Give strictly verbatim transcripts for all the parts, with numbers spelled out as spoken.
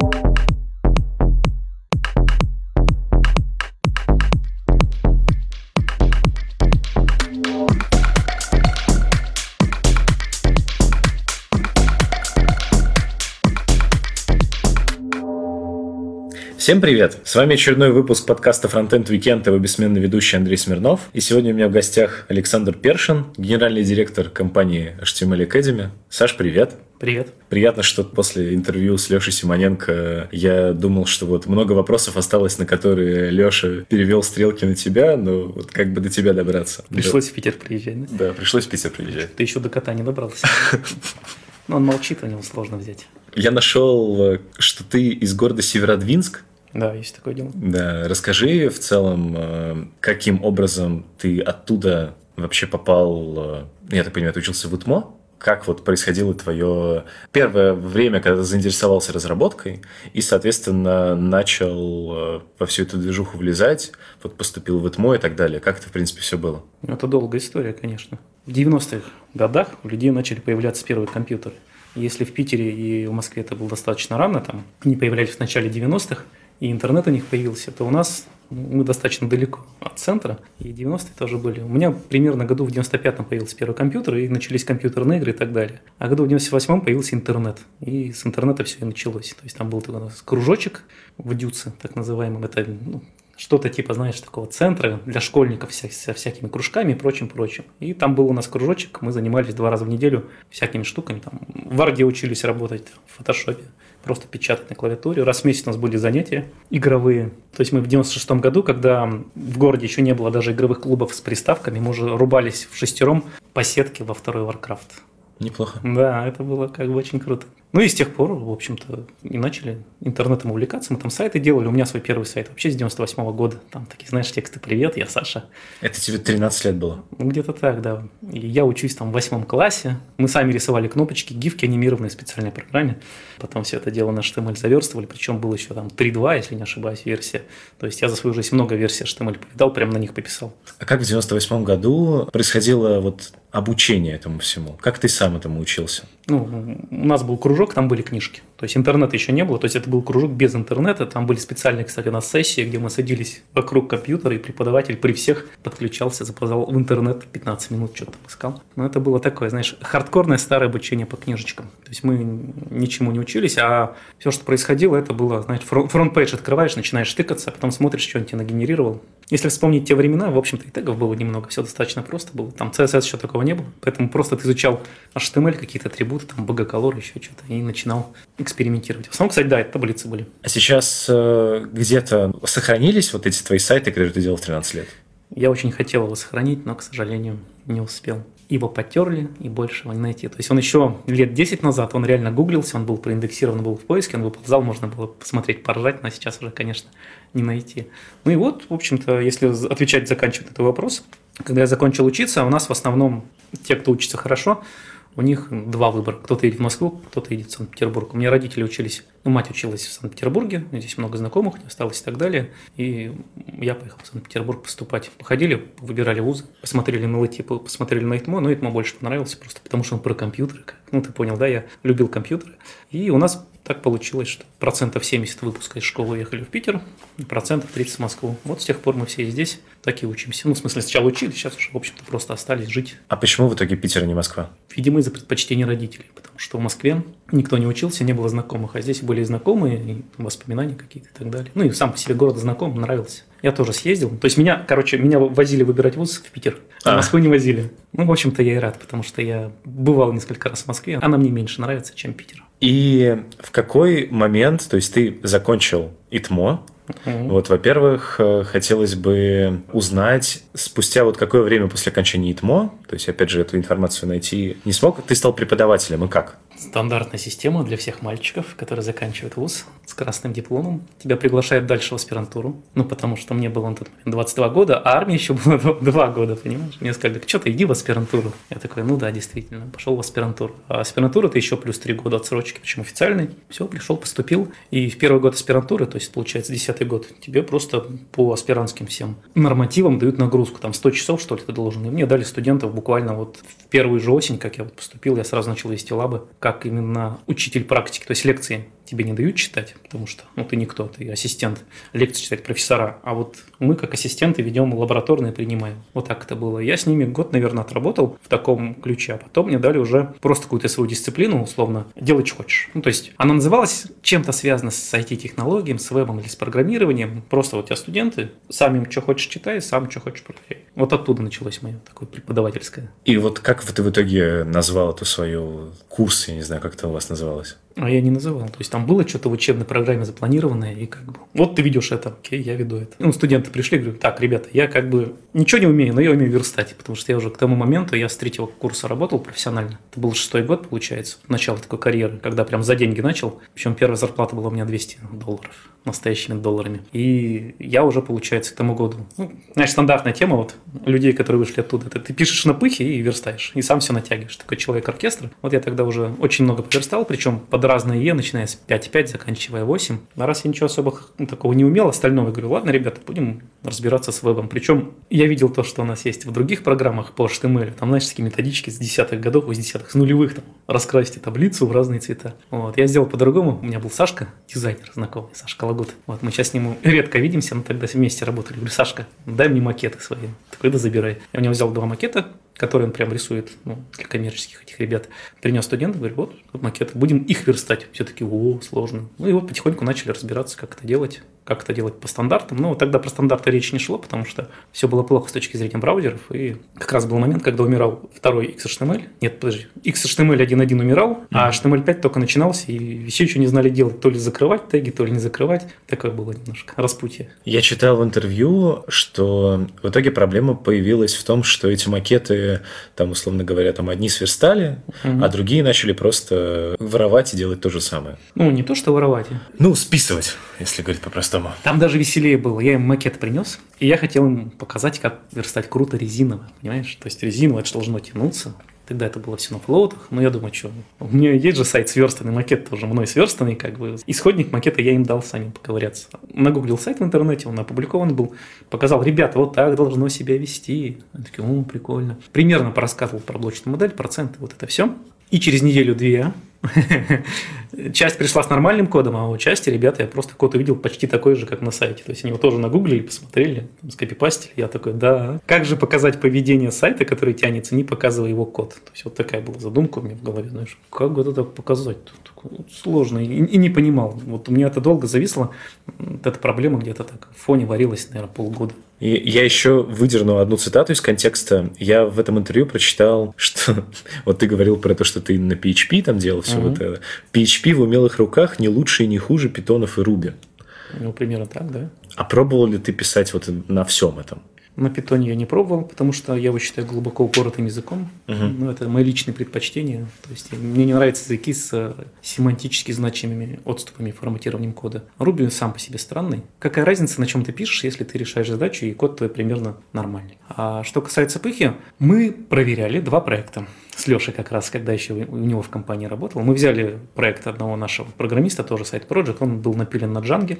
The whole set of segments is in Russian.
Всем привет! С вами очередной выпуск подкаста Frontend Weekend, его бессменный ведущий Андрей Смирнов. И сегодня у меня в гостях Александр Першин, генеральный директор компании эйч ти эм эль Academy. Саш, привет! Привет. Приятно, что после интервью с Лешей Симоненко я думал, что вот много вопросов осталось, на которые Леша перевел стрелки на тебя, но вот как бы до тебя добраться. Пришлось да. в Питер приезжать, да? Да, пришлось в Питер приезжать. Ты еще до кота не добрался. Но он молчит, у него сложно взять. Я нашел, что ты из города Северодвинск. Да, есть такое дело. Да, расскажи в целом, каким образом ты оттуда вообще попал, я так понимаю, ты учился в УТМО? Как вот происходило твое первое время, когда ты заинтересовался разработкой и, соответственно, начал во всю эту движуху влезать, вот поступил в ИТМО и так далее? Как это, в принципе, все было? Это долгая история, конечно. В девяностых годах у людей начали появляться первые компьютеры. Если в Питере и в Москве это было достаточно рано, там они появлялись в начале девяностых, и интернет у них появился, то у нас мы достаточно далеко от центра, и девяностые тоже были. У меня примерно году в девяносто пятом появился первый компьютер, и начались компьютерные игры и так далее. А году в девяносто восьмом появился интернет, и с интернета все и началось. То есть там был такой у нас кружочек в Дюце, так называемым, это ну, что-то типа, знаешь, такого центра для школьников вся, со всякими кружками и прочим-прочим. И там был у нас кружочек, мы занимались два раза в неделю всякими штуками. Там в Варде учились работать, в фотошопе, просто печатать на клавиатуре. Раз в месяц у нас были занятия игровые. То есть мы в девяносто шестом году, когда в городе еще не было даже игровых клубов с приставками, мы уже рубались в шестером по сетке во второй Warcraft. Неплохо. Да, это было как бы очень круто. Ну и с тех пор, в общем-то, и начали интернетом увлекаться. Мы там сайты делали. У меня свой первый сайт вообще с девяносто восьмого года. Там такие, знаешь, тексты «Привет, я Саша». Это тебе тринадцать лет было? Ну, где-то так, да. И я учусь там в восьмом классе. Мы сами рисовали кнопочки, гифки анимированные в специальной программе. Потом все это дело на эйч ти эм эль заверстывали. Причем было еще там три точка два, если не ошибаюсь, версия. То есть я за свою жизнь много версий эйч ти эм эль повидал, прямо на них пописал. А как в девяносто восьмом году происходило вот обучение этому всему? Как ты сам этому учился? Ну, у нас был кружок, там были книжки. То есть интернета еще не было, то есть это был кружок без интернета. Там были специальные, кстати, у нас сессии, где мы садились вокруг компьютера, и преподаватель при всех подключался, запоздал в интернет, пятнадцать минут что-то там искал. Но это было такое, знаешь, хардкорное старое обучение по книжечкам. То есть мы ничему не учились, а все, что происходило, это было, знаешь, фронт-пейдж открываешь, начинаешь тыкаться, а потом смотришь, что он тебе нагенерировал. Если вспомнить те времена, в общем-то, и тегов было немного, все достаточно просто было. Там си эс эс еще такого не было, поэтому просто ты изучал эйч ти эм эль, какие-то атрибуты, там, богоколор, еще что-то, и начинал экспериментировать. В основном, кстати, да, это таблицы были. А сейчас э, где-то сохранились вот эти твои сайты, которые ты делал в тринадцать лет? Я очень хотел его сохранить, но, к сожалению, не успел. Его потерли, и больше его не найти. То есть он еще лет десять назад, он реально гуглился, он был проиндексирован, был в поиске, он выползал, можно было посмотреть, поржать, но сейчас уже, конечно, не найти. Ну и вот, в общем-то, если отвечать, заканчивать этот вопрос, когда я закончил учиться, у нас в основном те, кто учится хорошо, у них два выбора. Кто-то едет в Москву, кто-то едет в Санкт-Петербург. У меня родители учились, ну, мать училась в Санкт-Петербурге, здесь много знакомых, не осталось и так далее. И я поехал в Санкт-Петербург поступать. Походили, выбирали вузы, посмотрели на ЛТИ, посмотрели на ИТМО, но ИТМО больше понравился просто потому, что он про компьютеры. Ну, ты понял, да, я любил компьютеры. И у нас так получилось, что процентов семьдесят выпуска из школы уехали в Питер, процентов тридцать в Москву. Вот с тех пор мы все здесь так и учимся. Ну, в смысле, сначала учились, сейчас уже, в общем-то, просто остались жить. А почему в итоге Питер, а не Москва? Видимо, из-за предпочтений родителей, потому что в Москве никто не учился, не было знакомых, а здесь были знакомые, и воспоминания какие-то и так далее. Ну, и сам по себе город знаком, нравился. Я тоже съездил. То есть меня, короче, меня возили выбирать вуз в Питер, а, а. Москву не возили. Ну, в общем-то, я и рад, потому что я бывал несколько раз в Москве, она мне меньше нравится, чем Питер. И в какой момент, то есть ты закончил ИТМО, uh-huh. вот, во-первых, хотелось бы узнать, спустя вот какое время после окончания ИТМО, то есть, опять же, эту информацию найти не смог, ты стал преподавателем, и как? Стандартная система для всех мальчиков, которые заканчивают вуз с красным дипломом. Тебя приглашают дальше в аспирантуру. Ну, потому что мне было на тот момент двадцать два года, а армии еще было два года, понимаешь? Мне сказали, что ты, иди в аспирантуру. Я такой, ну да, действительно, пошел в аспирантуру. А аспирантура – это еще плюс три года отсрочки, причем официальный. Все, пришел, поступил. И в первый год аспирантуры, то есть, получается, десятый год, тебе просто по аспирантским всем нормативам дают нагрузку. Там сто часов, что ли, ты должен. И мне дали студентов буквально вот в первую же осень, как я вот поступил, я сразу начал вести лабы, как именно учитель практики, то есть лекции тебе не дают читать, потому что ну, ты никто, ты ассистент, лекции читать профессора, а вот мы как ассистенты ведем лабораторные, принимаем. Вот так это было. Я с ними год, наверное, отработал в таком ключе, а потом мне дали уже просто какую-то свою дисциплину, условно, делай, что хочешь. Ну, то есть она называлась чем-то связано с ай ти-технологией, с вебом или с программированием. Просто вот у тебя студенты, сам им что хочешь читай, сам что хочешь проверяй. Вот оттуда началось мое такое преподавательское. И вот как ты в итоге назвал эту свою курс, я не знаю, как это у вас называлось? А я не называл. То есть там было что-то в учебной программе запланированное, и как бы вот ты ведешь это, окей, я веду это. Ну, студенты пришли, говорю, так, ребята, я как бы ничего не умею, но я умею верстать, потому что я уже к тому моменту, я с третьего курса работал профессионально. Это был шестой год, получается, начало такой карьеры, когда прям за деньги начал. Причем первая зарплата была у меня двести долларов, настоящими долларами. И я уже, получается, к тому году, ну, знаешь, стандартная тема вот людей, которые вышли оттуда, это ты пишешь на пыхе и верстаешь, и сам все натягиваешь. Такой человек-оркестр. Вот я тогда уже очень много поверстал, причем под разные Е, начиная с пять и пять, заканчивая восемь. А раз я ничего особо ну, такого не умел, остального, я говорю, ладно, ребята, будем разбираться с вебом. Причем я видел то, что у нас есть в других программах по эйч ти эм эль. Там, знаешь, такие методички с десятых годов, с десятых, с нулевых, там, раскрасьте таблицу в разные цвета. Вот. Я сделал по-другому. У меня был Сашка, дизайнер знакомый, Сашка Лагут. Вот. Мы сейчас с ним редко видимся, но тогда вместе работали. Я говорю, Сашка, дай мне макеты свои. Такой, да забирай. Я у него взял два макета, который он прям рисует ну, для коммерческих этих ребят. Принес студент, говорю, вот, вот макеты, будем их верстать. Все таки о, сложно. Ну и вот потихоньку начали разбираться, как это делать, как это делать по стандартам. Но тогда про стандарты речи не шло, потому что все было плохо с точки зрения браузеров. И как раз был момент, когда умирал второй икс эйч ти эм эль. Нет, подожди, икс эйч ти эм эль один точка один умирал, mm-hmm. а эйч ти эм эль пять только начинался, и все еще не знали делать, то ли закрывать теги, то ли не закрывать. Такое было немножко распутье. Я читал в интервью, что в итоге проблема появилась в том, что эти макеты, там, условно говоря, там одни сверстали, mm-hmm. а другие начали просто воровать и делать то же самое. Ну, не то, что воровать. Ну, списывать, если говорить по-простому. Там даже веселее было. Я им макет принес, и я хотел им показать, как верстать круто резиново, понимаешь? То есть резиново это должно тянуться. Тогда это было все на флоутах, но я думаю, что у меня есть же сайт сверстанный, макет тоже мной сверстанный, как бы. Исходник макета я им дал сами поковыряться. Нагуглил сайт в интернете, он опубликован был, показал, ребята, вот так должно себя вести. Они такие, о, прикольно. Примерно порассказывал про блочную модель, проценты, вот это все. И через неделю-две часть пришла с нормальным кодом, а у части ребята я просто код увидел почти такой же, как на сайте. То есть они его тоже нагуглили, посмотрели, скопипастили. Я такой, да. Как же показать поведение сайта, который тянется, не показывая его код? То есть вот такая была задумка у меня в голове, знаешь, как бы это так показать? Вот сложно. И, и не понимал. Вот у меня это долго зависло. Вот эта проблема где-то так в фоне варилась, наверное, полгода. И я еще выдерну одну цитату из контекста. Я в этом интервью прочитал, что вот ты говорил про то, что ты на пи эйч пи там делал все uh-huh. вот это. пи эйч пи в умелых руках не лучше и не хуже питонов и руби. Ну, примерно так, да. А пробовал ли ты писать вот на всем этом? На питоне я не пробовал, потому что я его считаю глубоко упоротым языком. Uh-huh. Ну, это мои личные предпочтения. То есть мне не нравятся языки с семантически значимыми отступами форматированием кода. Ruby сам по себе странный. Какая разница, на чем ты пишешь, если ты решаешь задачу, и код твой примерно нормальный. А что касается пыхи, мы проверяли два проекта. С Лешей как раз, когда еще у него в компании работал. Мы взяли проект одного нашего программиста, тоже сайт Project, он был напилен на Django,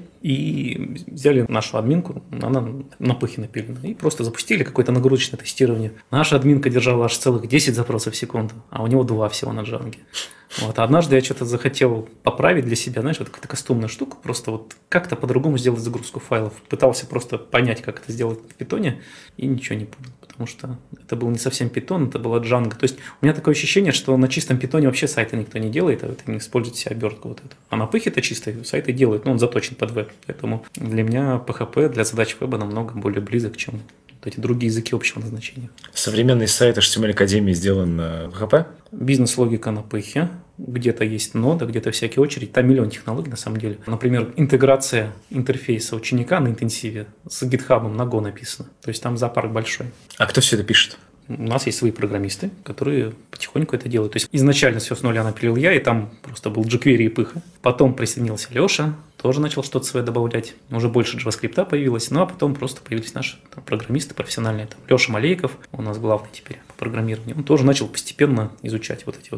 и взяли нашу админку, она на пыхе напилена, и просто запустили какое-то нагрузочное тестирование. Наша админка держала аж целых десять запросов в секунду, а у него два всего на Django. Вот. А однажды я что-то захотел поправить для себя, знаешь, вот какую-то кастомную штуку, просто вот как-то по-другому сделать загрузку файлов. Пытался просто понять, как это сделать в питоне, и ничего не понял, потому что это был не совсем питон, это была Django. То есть у меня такое ощущение, что на чистом питоне вообще сайты никто не делает, а это не использует себе обертку вот эту. А на пыхе это чисто сайты делают, но он заточен под веб. Поэтому для меня пи эйч пи для задач веба намного более близок, чем вот эти другие языки общего назначения. Современный сайт эйч ти эм эль Академии сделан на пи эйч пи? Бизнес-логика на пыхе. Где-то есть нода, где-то всякие очереди. Там миллион технологий на самом деле. Например, интеграция интерфейса ученика на интенсиве с GitHub на Go написано. То есть там зоопарк большой. А кто все это пишет? У нас есть свои программисты, которые потихоньку это делают. То есть изначально все с нуля напилил я, и там просто был jQuery и пыха. Потом присоединился Леша, тоже начал что-то свое добавлять. Уже больше JavaScript появилось. Ну а потом просто появились наши там, программисты профессиональные. Там, Леша Малейков, у нас главный теперь по программированию. Он тоже начал постепенно изучать вот эти вот все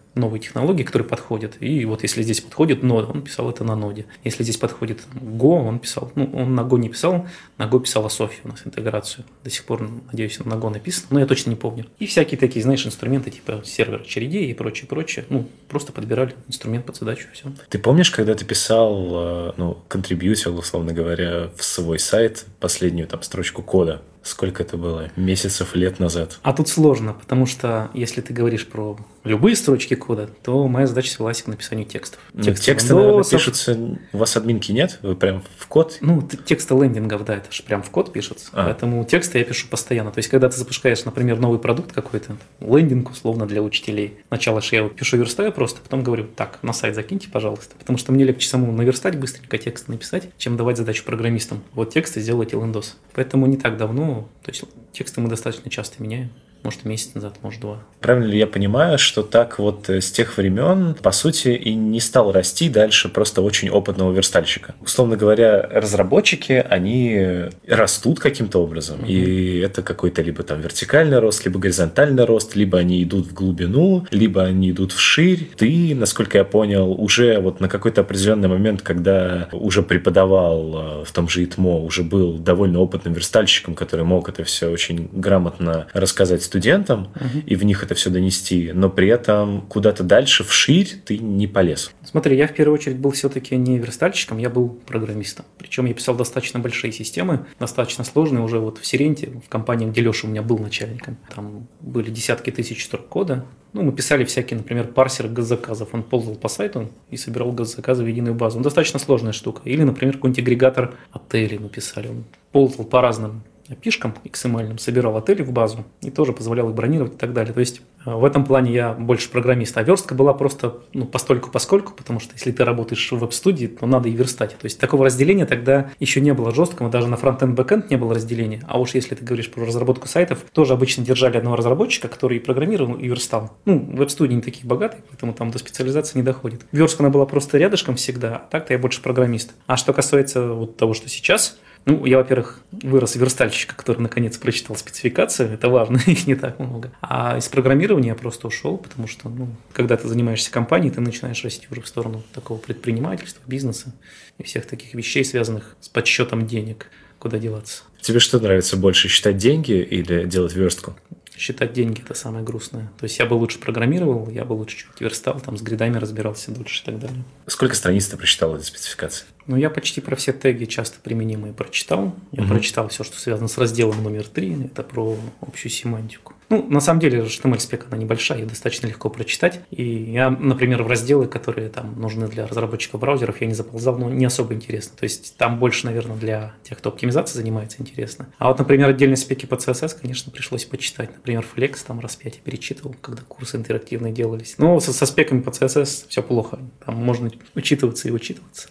новые технологии, которые подходят. И вот если здесь подходит нода, он писал это на ноде. Если здесь подходит Go, он писал, ну, он на Go не писал, на Go писала Софья у нас интеграцию. До сих пор, надеюсь, на Go написано, но я точно не помню. И всякие такие, знаешь, инструменты типа сервер очередей и прочее, прочее. Ну, просто подбирали инструмент под задачу, все. Ты помнишь, когда ты писал, ну, контрибьютил, условно говоря, в свой сайт последнюю там строчку кода? Сколько это было? Месяцев, лет назад? А тут сложно, потому что если ты говоришь про любые строчки кода, то моя задача свелась к написанию текстов. Тексты, тексты наверное, пишутся... У вас админки нет? Вы прям в код? Ну, тексты лендингов, да, это же прям в код пишется. А. Поэтому тексты я пишу постоянно. То есть, когда ты запускаешь, например, новый продукт какой-то, лендинг, условно, для учителей. Сначала же я его пишу, верстаю просто, потом говорю, так, на сайт закиньте, пожалуйста. Потому что мне легче самому наверстать, быстренько тексты написать, чем давать задачу программистам. Вот тексты, сделайте лендос. Поэтому не так давно, то есть тексты мы достаточно часто меняем. Может, месяц назад, может, два. Правильно ли я понимаю, что так вот с тех времен, по сути, и не стал расти дальше просто очень опытного верстальщика? Условно говоря, разработчики, они растут каким-то образом, mm-hmm. и это какой-то либо там вертикальный рост, либо горизонтальный рост, либо они идут в глубину, либо они идут вширь. Ты, насколько я понял, уже вот на какой-то определенный момент, когда уже преподавал в том же ИТМО, уже был довольно опытным верстальщиком, который мог это все очень грамотно рассказать студентам угу. и в них это все донести, но при этом куда-то дальше, вширь, ты не полез. Смотри, я в первую очередь был все-таки не верстальщиком, я был программистом. Причем я писал достаточно большие системы, достаточно сложные, уже вот в Сиренте, в компании, где Леша у меня был начальником. Там были десятки тысяч строк кода. Ну, мы писали всякие, например, парсер госзаказов. Он ползал по сайту и собирал госзаказы в единую базу. Ну, достаточно сложная штука. Или, например, какой-нибудь агрегатор отелей мы писали. Он ползал по разным пишкам икс эм эль, собирал отели в базу и тоже позволял их бронировать и так далее. То есть в этом плане я больше программист. А верстка была просто ну, постольку-поскольку, потому что если ты работаешь в веб-студии, то надо и верстать. То есть такого разделения тогда еще не было жесткого, даже на фронт-энд-бэк-энд не было разделения. А уж если ты говоришь про разработку сайтов, тоже обычно держали одного разработчика, который и программировал, и верстал. Ну, веб-студии не такие богатые, поэтому там до специализации не доходит. Верстка она была просто рядышком всегда, а так-то я больше программист. А что касается вот того, что сейчас... Ну, я, во-первых, вырос верстальщика, который наконец прочитал спецификацию, это важно, их не так много. А из программирования я просто ушел, потому что, ну, когда ты занимаешься компанией, ты начинаешь расти уже в сторону такого предпринимательства, бизнеса и всех таких вещей, связанных с подсчетом денег, куда деваться. Тебе что нравится больше, считать деньги или делать верстку? Считать деньги – это самое грустное. То есть я бы лучше программировал, я бы лучше чуть верстал, там с гридами разбирался дольше и так далее. Сколько страниц ты прочитал этой спецификации? Ну, я почти про все теги часто применимые прочитал. Я угу. прочитал все, что связано с разделом номер три, это про общую семантику. Ну, на самом деле, эйч ти эм эль-спек, она небольшая, ее достаточно легко прочитать. И я, например, в разделы, которые там нужны для разработчиков браузеров, я не заползал, но не особо интересно. То есть там больше, наверное, для тех, кто оптимизацией занимается, интересно. А вот, например, отдельные спеки по си эс эс, конечно, пришлось почитать. Например, Flex там раз пять я перечитывал, когда курсы интерактивные делались. Но со, со спеками по си эс эс все плохо. Там можно учитываться и учитываться.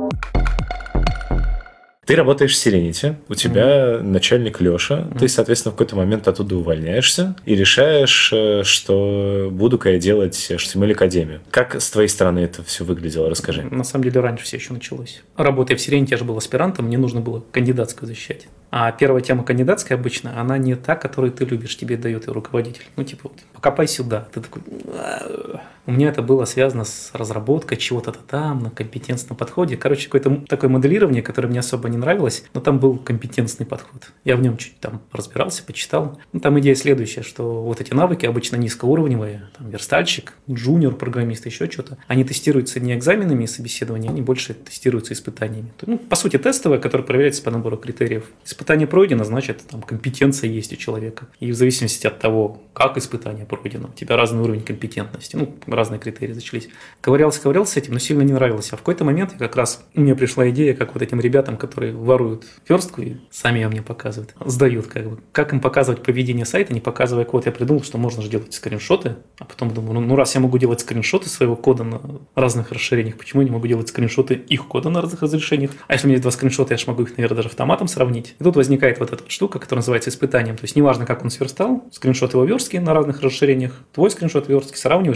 Ты работаешь в Serenity, у тебя mm-hmm. начальник Леша, mm-hmm. ты, соответственно, в какой-то момент оттуда увольняешься и решаешь, что буду-ка я делать эйч ти эм эль-академию. Как с твоей стороны это все выглядело? Расскажи. На самом деле раньше все еще началось. Работая в Serenity, я же был аспирантом, мне нужно было кандидатскую защищать. А первая тема кандидатская обычно, она не та, которую ты любишь, тебе дает ее руководитель. Ну, типа, вот, покопай сюда. Ты такой... У меня это было связано с разработкой чего-то там, на компетентном подходе. Короче, какое-то такое моделирование, которое мне особо не нравилось, но там был компетентный подход. Я в нем чуть там разбирался, почитал. Ну, там идея следующая, что вот эти навыки обычно низкоуровневые, там, верстальщик, джуниор-программист, еще что-то, они тестируются не экзаменами и собеседованиями, они больше тестируются испытаниями. Ну, по сути, тестовые, которые проверяются по набору критериев. Испытание пройдено, значит, там компетенция есть у человека. И в зависимости от того, как испытание пройдено, у тебя разный уровень компетентности, ну, разные критерии зачались. Ковырялся, ковырялся с этим, но сильно не нравилось. А в какой-то момент я как раз, мне пришла идея, как вот этим ребятам, которые воруют верстку и сами ее мне показывают, сдают как бы. Как им показывать поведение сайта, не показывая код. Я придумал, что можно же делать скриншоты, а потом думаю, ну, ну раз я могу делать скриншоты своего кода на разных расширениях, почему я не могу делать скриншоты их кода на разных разрешениях? А если у меня есть два скриншота, я же могу их, наверное, даже автоматом сравнить. И тут возникает вот эта вот штука, которая называется испытанием. То есть неважно, как он сверстал, скриншот его верстки на разных расширениях, твой скриншот верстки сравниваешь, совпадает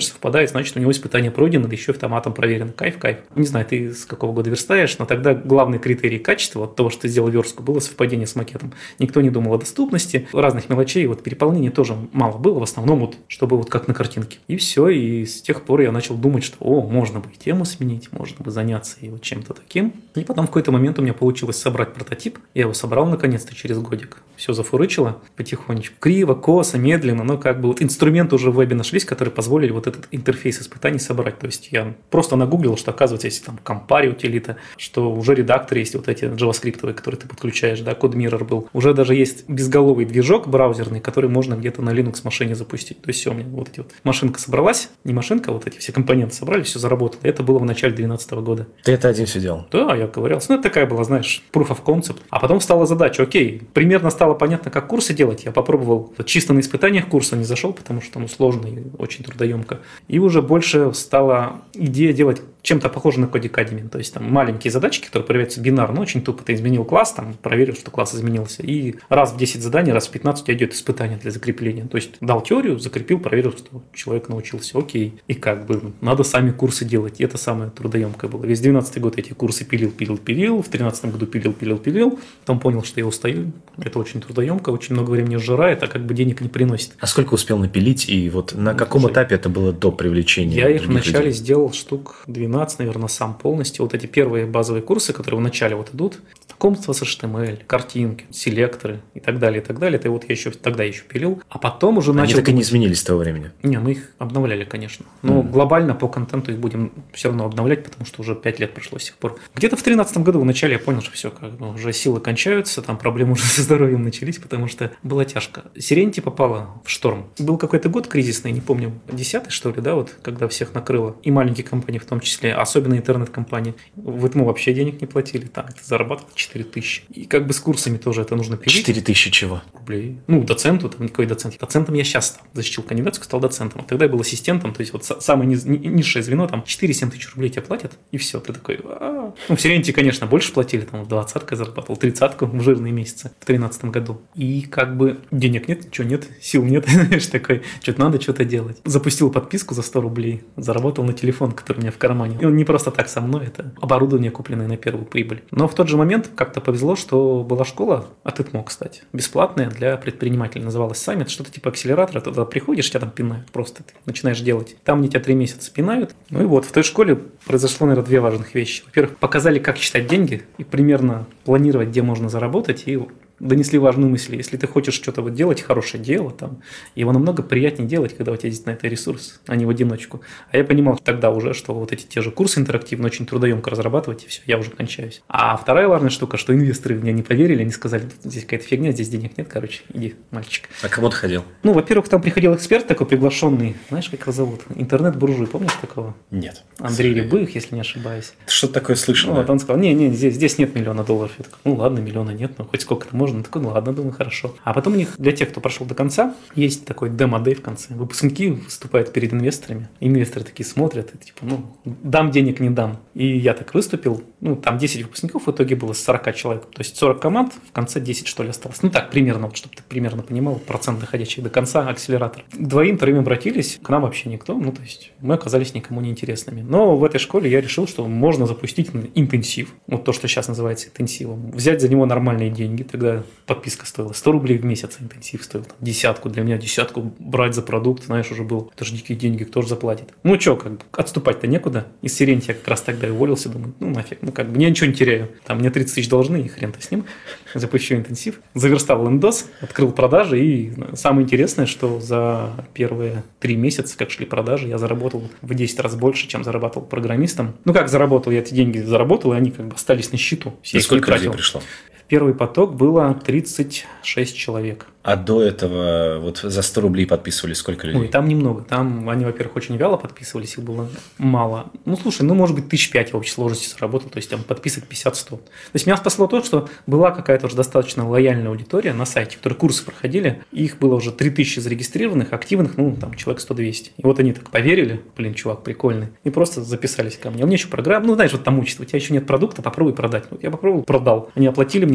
значит, у него испытание пройдено, да еще автоматом проверено. Кайф, кайф. Не знаю, ты с какого года верстаешь, но тогда главный критерий качества от того, что ты сделал верстку, было совпадение с макетом. Никто не думал о доступности, разных мелочей, вот переполнения тоже мало было, в основном вот, чтобы вот как на картинке. И все, и с тех пор я начал думать, что, о, можно бы и тему сменить, можно бы заняться и вот чем-то таким. И потом в какой-то момент у меня получилось собрать прототип, я его собрал наконец-то через годик. Все зафурычило потихонечку, криво, косо, медленно, но как бы вот инструменты уже в вебе нашлись, которые позволили вот этот интерфейс испытаний собрать. То есть я просто нагуглил, что оказывается есть там Campari утилита, что уже редакторы есть вот эти JavaScript, которые ты подключаешь, да, CodeMirror был. Уже даже есть безголовый движок браузерный, который можно где-то на Linux машине запустить. То есть все, у меня вот эти вот машинка собралась, не машинка, вот эти все компоненты собрали, все заработало. Это было в начале две тысячи двенадцатого года. Ты это один все делал? Да, я ковырялся. Ну, это такая была, знаешь, proof of concept. А потом стала задача, окей, примерно стало понятно, как курсы делать. Я попробовал вот чисто на испытаниях курса не зашел, потому что ну, сложно и очень трудоемко. И уже больше стала идея делать чем-то похоже на Code Academy. То есть там маленькие задачки, которые проверяются бинарно, очень тупо. Ты изменил класс, там проверил, что класс изменился. И раз в десять заданий, раз в пятнадцать у тебя идет испытание для закрепления. То есть дал теорию, закрепил, проверил, что человек научился. Окей. И как бы надо сами курсы делать. И это самое трудоемкое было. Весь двенадцатый год эти курсы пилил, пилил, пилил. В тринадцатом году пилил, пилил, пилил. Потом понял, что я устаю. Это очень трудоемко, очень много времени сжирает, а как бы денег не приносит. А сколько успел напилить? И вот на каком Слушай, этапе это было до привлечения? Я их вначале людей? сделал штук двенадцать, наверное, сам полностью. Вот эти первые базовые курсы, которые в начале вот идут, знакомство с эйч ти эм эль, картинки, селекторы и так далее, и так далее. Это вот я еще тогда еще пилил. А потом уже Они начал... так и не изменились с того времени? Не, мы их обновляли, конечно. Но mm. глобально по контенту их будем все равно обновлять, потому что уже пять лет прошло с тех пор. Где-то в тринадцатом году в начале я понял, что все, как бы уже силы кончаются, там проблемы уже со здоровьем начались, потому что было тяжко. Сиренти попала в шторм. Был какой-то год кризисный, не помню, десятый что ли, да, вот, когда всех накрыло. И маленькие компании в том числе, особенно интернет-компании. В ИТМО вообще денег не платили, там ты зарабатывал четыре тысячи. И как бы с курсами тоже это нужно пилить. четыре тысячи чего? Рублей. Ну, доценту, там никакой доцент. Доцентом я сейчас стал. Защитил кандидатскую, стал доцентом. А тогда я был ассистентом, то есть вот самое низ, низшее звено, там четыре-семь тысяч рублей тебе платят, и все, ты такой, а-а-а. Ну, в Сиренте, конечно, больше платили, там двадцатка зарабатывал, тридцатку в жирные месяцы в тринадцатом году. И как бы денег нет, ничего нет, сил нет, знаешь, такой, что-то надо что-то делать. Запустил подписку за сто рублей, заработал на телефон, который у меня в кармане. И он не просто так со мной, это оборудование, купленное на первую прибыль. Но в тот же момент как-то повезло, что была школа от ИТМО, кстати, бесплатная для предпринимателей, называлась Саммит, что-то типа акселератора, туда приходишь, тебя там пинают, просто ты начинаешь делать. Там они тебя три месяца пинают. Ну и вот, в той школе произошло, наверное, две важных вещи. Во-первых, показали, как считать деньги и примерно планировать, где можно заработать, и донесли важную мысль. Если ты хочешь что-то вот делать, хорошее дело, там, его намного приятнее делать, когда у тебя есть на это ресурс, а не в одиночку. А я понимал тогда уже, что вот эти те же курсы интерактивные очень трудоемко разрабатывать, и все, я уже кончаюсь. А вторая важная штука, что инвесторы в меня не поверили, они сказали, здесь какая-то фигня, здесь денег нет, короче, иди, мальчик. А кому ты ходил? Ну, во-первых, там приходил эксперт такой приглашенный, знаешь, как его зовут? Интернет-буржуй, помнишь такого? Нет. Андрей Рябых, если не ошибаюсь. Ты что-то такое слышал? Ну, вот он сказал, не-не, здесь, здесь нет миллиона долларов. Я такой, ну ладно, миллиона нет, но хоть сколько-то можно. Он такой, ну ладно, думаю, хорошо. А потом у них, для тех, кто прошел до конца, есть такой демо-дэй в конце. Выпускники выступают перед инвесторами. Инвесторы такие смотрят, и типа, ну, дам денег, не дам. И я так выступил. Ну, там десять выпускников в итоге было с сорока человек. То есть сорок команд, в конце десять, что ли, осталось. Ну, так, примерно, вот, чтобы ты примерно понимал, процент доходящих до конца акселератор. Двоим, троим обратились, к нам вообще никто. Ну, то есть мы оказались никому не интересными. Но в этой школе я решил, что можно запустить интенсив. Вот то, что сейчас называется интенсивом. Взять за него нормальные деньги. Тогда подписка стоила сто рублей в месяц, интенсив стоил там, десятку. Для меня десятку брать за продукт, знаешь, уже было. Это же дикие деньги, кто же заплатит? Ну, что, как бы, отступать-то некуда. Из Сиренти я как раз тогда и уволился. Думаю, ну, нафиг, ну, как бы, я ничего не теряю. Там мне тридцать тысяч должны, и хрен-то с ним. Запущу интенсив. Заверстал лендос, открыл продажи. И самое интересное, что за первые три месяца, как шли продажи, я заработал в десять раз больше, чем зарабатывал программистом. Ну, как заработал? Я эти деньги заработал, и они как бы остались на счету. И сколько людей пришло? Первый поток было тридцать шесть человек. А до этого вот за сто рублей подписывали сколько людей? Ой, там немного. Там они, во-первых, очень вяло подписывались, их было мало. Ну, слушай, ну, может быть, тысяч пять в общей сложности заработал, то есть там подписок пятьдесят-сто. То есть меня спасло то, что была какая-то уже достаточно лояльная аудитория на сайте, которые курсы проходили, их было уже три тысячи зарегистрированных, активных, ну, там, человек сто-двести. И вот они так поверили, блин, чувак, прикольный, и просто записались ко мне. У меня еще программа, ну, знаешь, вот там учат, у тебя еще нет продукта, попробуй продать. Вот я попробовал, продал. Они оплатили мне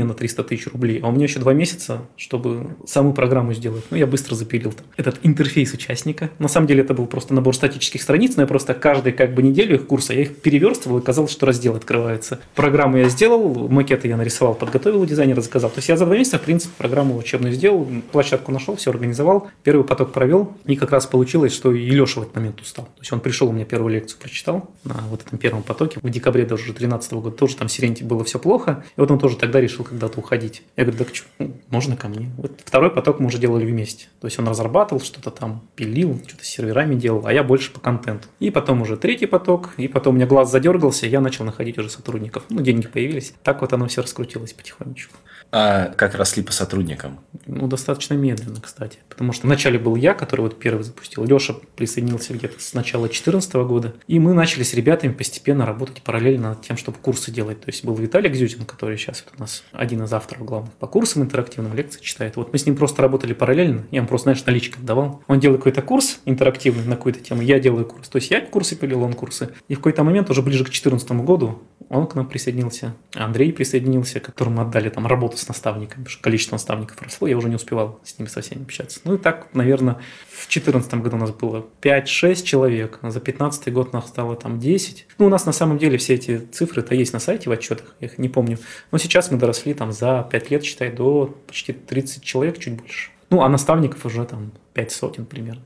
на триста тысяч рублей, а у меня еще два месяца, чтобы саму программу сделать. Ну, я быстро запилил там этот интерфейс участника. На самом деле это был просто набор статических страниц, но я просто каждую как бы неделю их курса, я их переверстывал, и казалось, что раздел открывается. Программу я сделал, макеты я нарисовал, подготовил у дизайнера, заказал. То есть я за два месяца, в принципе, программу учебную сделал, площадку нашел, все организовал, первый поток провел, и как раз получилось, что и Леша в этот момент устал. То есть он пришел, у меня первую лекцию прочитал на вот этом первом потоке. В декабре даже две тысячи тринадцатого года тоже там Сиренти было все плохо, и вот он тоже тогда решил когда-то уходить. Я говорю, так что, ну, можно ко мне. Вот второй поток мы уже делали вместе. То есть он разрабатывал, что-то там пилил, что-то с серверами делал, а я больше по контенту. И потом уже третий поток, и потом у меня глаз задергался, и я начал находить уже сотрудников. Ну, деньги появились. Так вот оно все раскрутилось потихонечку. А как росли по сотрудникам? Ну, достаточно медленно, кстати. Потому что вначале был я, который вот первый запустил. Леша присоединился где-то с начала две тысячи четырнадцатого года. И мы начали с ребятами постепенно работать параллельно над тем, чтобы курсы делать. То есть был Виталий Гзютин, который сейчас вот у нас один из авторов главных по курсам интерактивным, лекции читает. Вот мы с ним просто работали параллельно. Я ему просто, знаешь, наличкой давал. Он делал какой-то курс интерактивный на какую-то тему, я делаю курс. То есть я курсы пилил, он курсы. И в какой-то момент, уже ближе к две тысячи четырнадцатому году, он к нам присоединился. Андрей присоединился, которому отдали там работу с наставниками, потому что количество наставников росло, я уже не успевал с ними со всеми общаться. Ну и так, наверное, в две тысячи четырнадцатом году у нас было пять-шесть человек, а за две тысячи пятнадцатый год нас стало там десять. Ну, у нас на самом деле все эти цифры-то есть на сайте в отчетах, я их не помню. Но сейчас мы доросли там за пять лет, считай, до почти тридцати человек, чуть больше. Ну, а наставников уже там пять сотен примерно.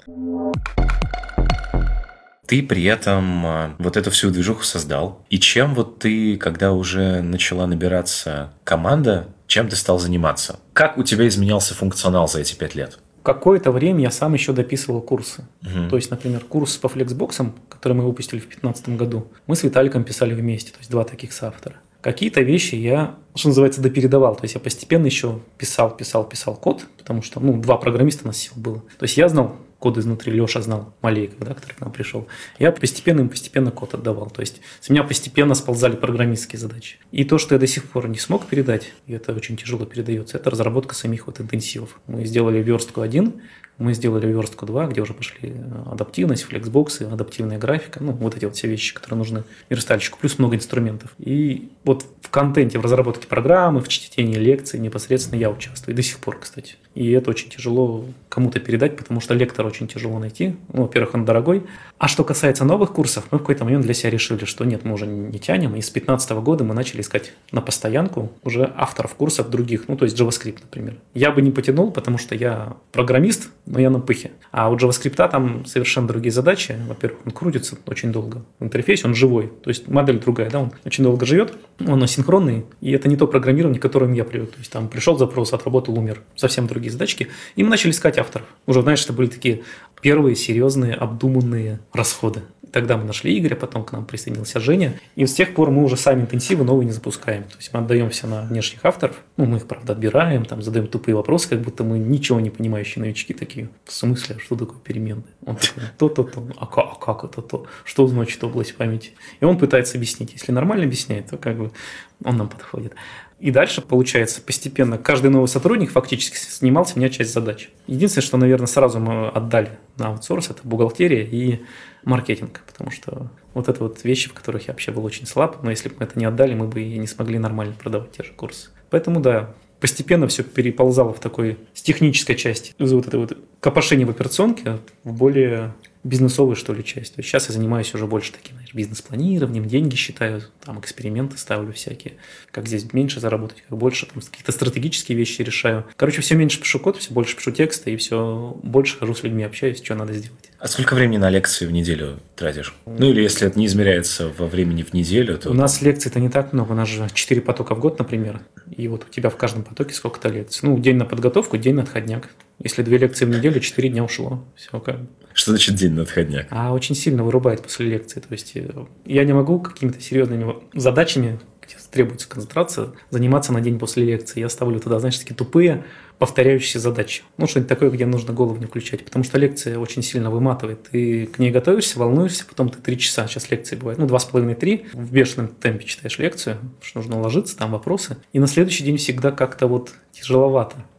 Ты при этом а, вот эту всю движуху создал. И чем вот ты, когда уже начала набираться команда, чем ты стал заниматься? Как у тебя изменялся функционал за эти пять лет? Какое-то время я сам еще дописывал курсы. Угу. То есть, например, курс по флексбоксам, который мы выпустили в две тысячи пятнадцатом году, мы с Виталиком писали вместе, то есть два таких соавтора. Какие-то вещи я, что называется, допередавал. То есть я постепенно еще писал, писал, писал код, потому что ну, два программиста у нас всего было. То есть я знал код изнутри, Леша знал, Малейков, да, который к нам пришел. Я постепенно им постепенно код отдавал. То есть с меня постепенно сползали программистские задачи. И то, что я до сих пор не смог передать, и это очень тяжело передается, это разработка самих вот интенсивов. Мы сделали верстку один, мы сделали верстку два, где уже пошли адаптивность, флексбоксы, адаптивная графика, ну, вот эти вот все вещи, которые нужны верстальщику, плюс много инструментов. И вот в контенте, в разработке программы, в чтении лекций непосредственно я участвую. И до сих пор, кстати. И это очень тяжело кому-то передать, потому что лектор очень тяжело найти. Ну, во-первых, он дорогой. А что касается новых курсов, мы в какой-то момент для себя решили, что нет, мы уже не тянем. И с две тысячи пятнадцатого года мы начали искать на постоянку уже авторов курсов других, ну, то есть JavaScript, например. Я бы не потянул, потому что я программист, но я на пыхе. А у JavaScript там совершенно другие задачи. Во-первых, он крутится очень долго. В интерфейсе он живой, то есть модель другая, да, он очень долго живет, он асинхронный, и это не то программирование, к которому я привык. То есть там пришел запрос, отработал, умер. Совсем другие задачки. И мы начали искать авторов. Уже, знаешь, это были такие первые серьезные, обдуманные расходы. Тогда мы нашли Игоря, потом к нам присоединился Женя. И с тех пор мы уже сами интенсивы новые не запускаем. То есть мы отдаем все на внешних авторов. Ну, мы их, правда, отбираем, там, задаем тупые вопросы, как будто мы ничего не понимающие новички такие. В смысле, что такое переменные? Он такой, то-то-то, а как, а как это то? Что значит область памяти? И он пытается объяснить. Если нормально объясняет, то как бы он нам подходит. И дальше, получается, постепенно каждый новый сотрудник фактически снимал с меня часть задач. Единственное, что, наверное, сразу мы отдали на аутсорс, это бухгалтерия и маркетинг, потому что вот это вот вещи, в которых я вообще был очень слаб, но если бы мы это не отдали, мы бы и не смогли нормально продавать те же курсы. Поэтому, да, постепенно все переползало в такой, с технической части, из вот этой вот копошения в операционке в более бизнесовую, что ли, часть. То есть сейчас я занимаюсь уже больше таким, знаешь, бизнес-планированием, деньги считаю, там эксперименты ставлю всякие, как здесь меньше заработать, как больше, там какие-то стратегические вещи решаю. Короче, все меньше пишу код, все больше пишу тексты и все больше хожу с людьми, общаюсь, что надо сделать. А сколько времени на лекции в неделю тратишь? Ну или если это не измеряется во времени в неделю, то... У нас лекций-то не так много, у нас же четыре потока в год, например, и вот у тебя в каждом потоке сколько-то лекций. Ну, день на подготовку, день на отходняк. Если две лекции в неделю, четыре дня ушло. Все как бы. Что значит день на отходняк? А очень сильно вырубает после лекции. То есть я не могу какими-то серьезными задачами, где требуется концентрация, заниматься на день после лекции. Я ставлю туда, знаешь, такие тупые повторяющиеся задачи. Ну, что-нибудь такое, где нужно голову не включать. Потому что лекция очень сильно выматывает. Ты к ней готовишься, волнуешься, потом ты три часа, сейчас лекции бывают, ну, два с половиной-три, в бешеном темпе читаешь лекцию, что нужно ложиться, там вопросы. И на следующий день всегда как-то вот тяжеловато. То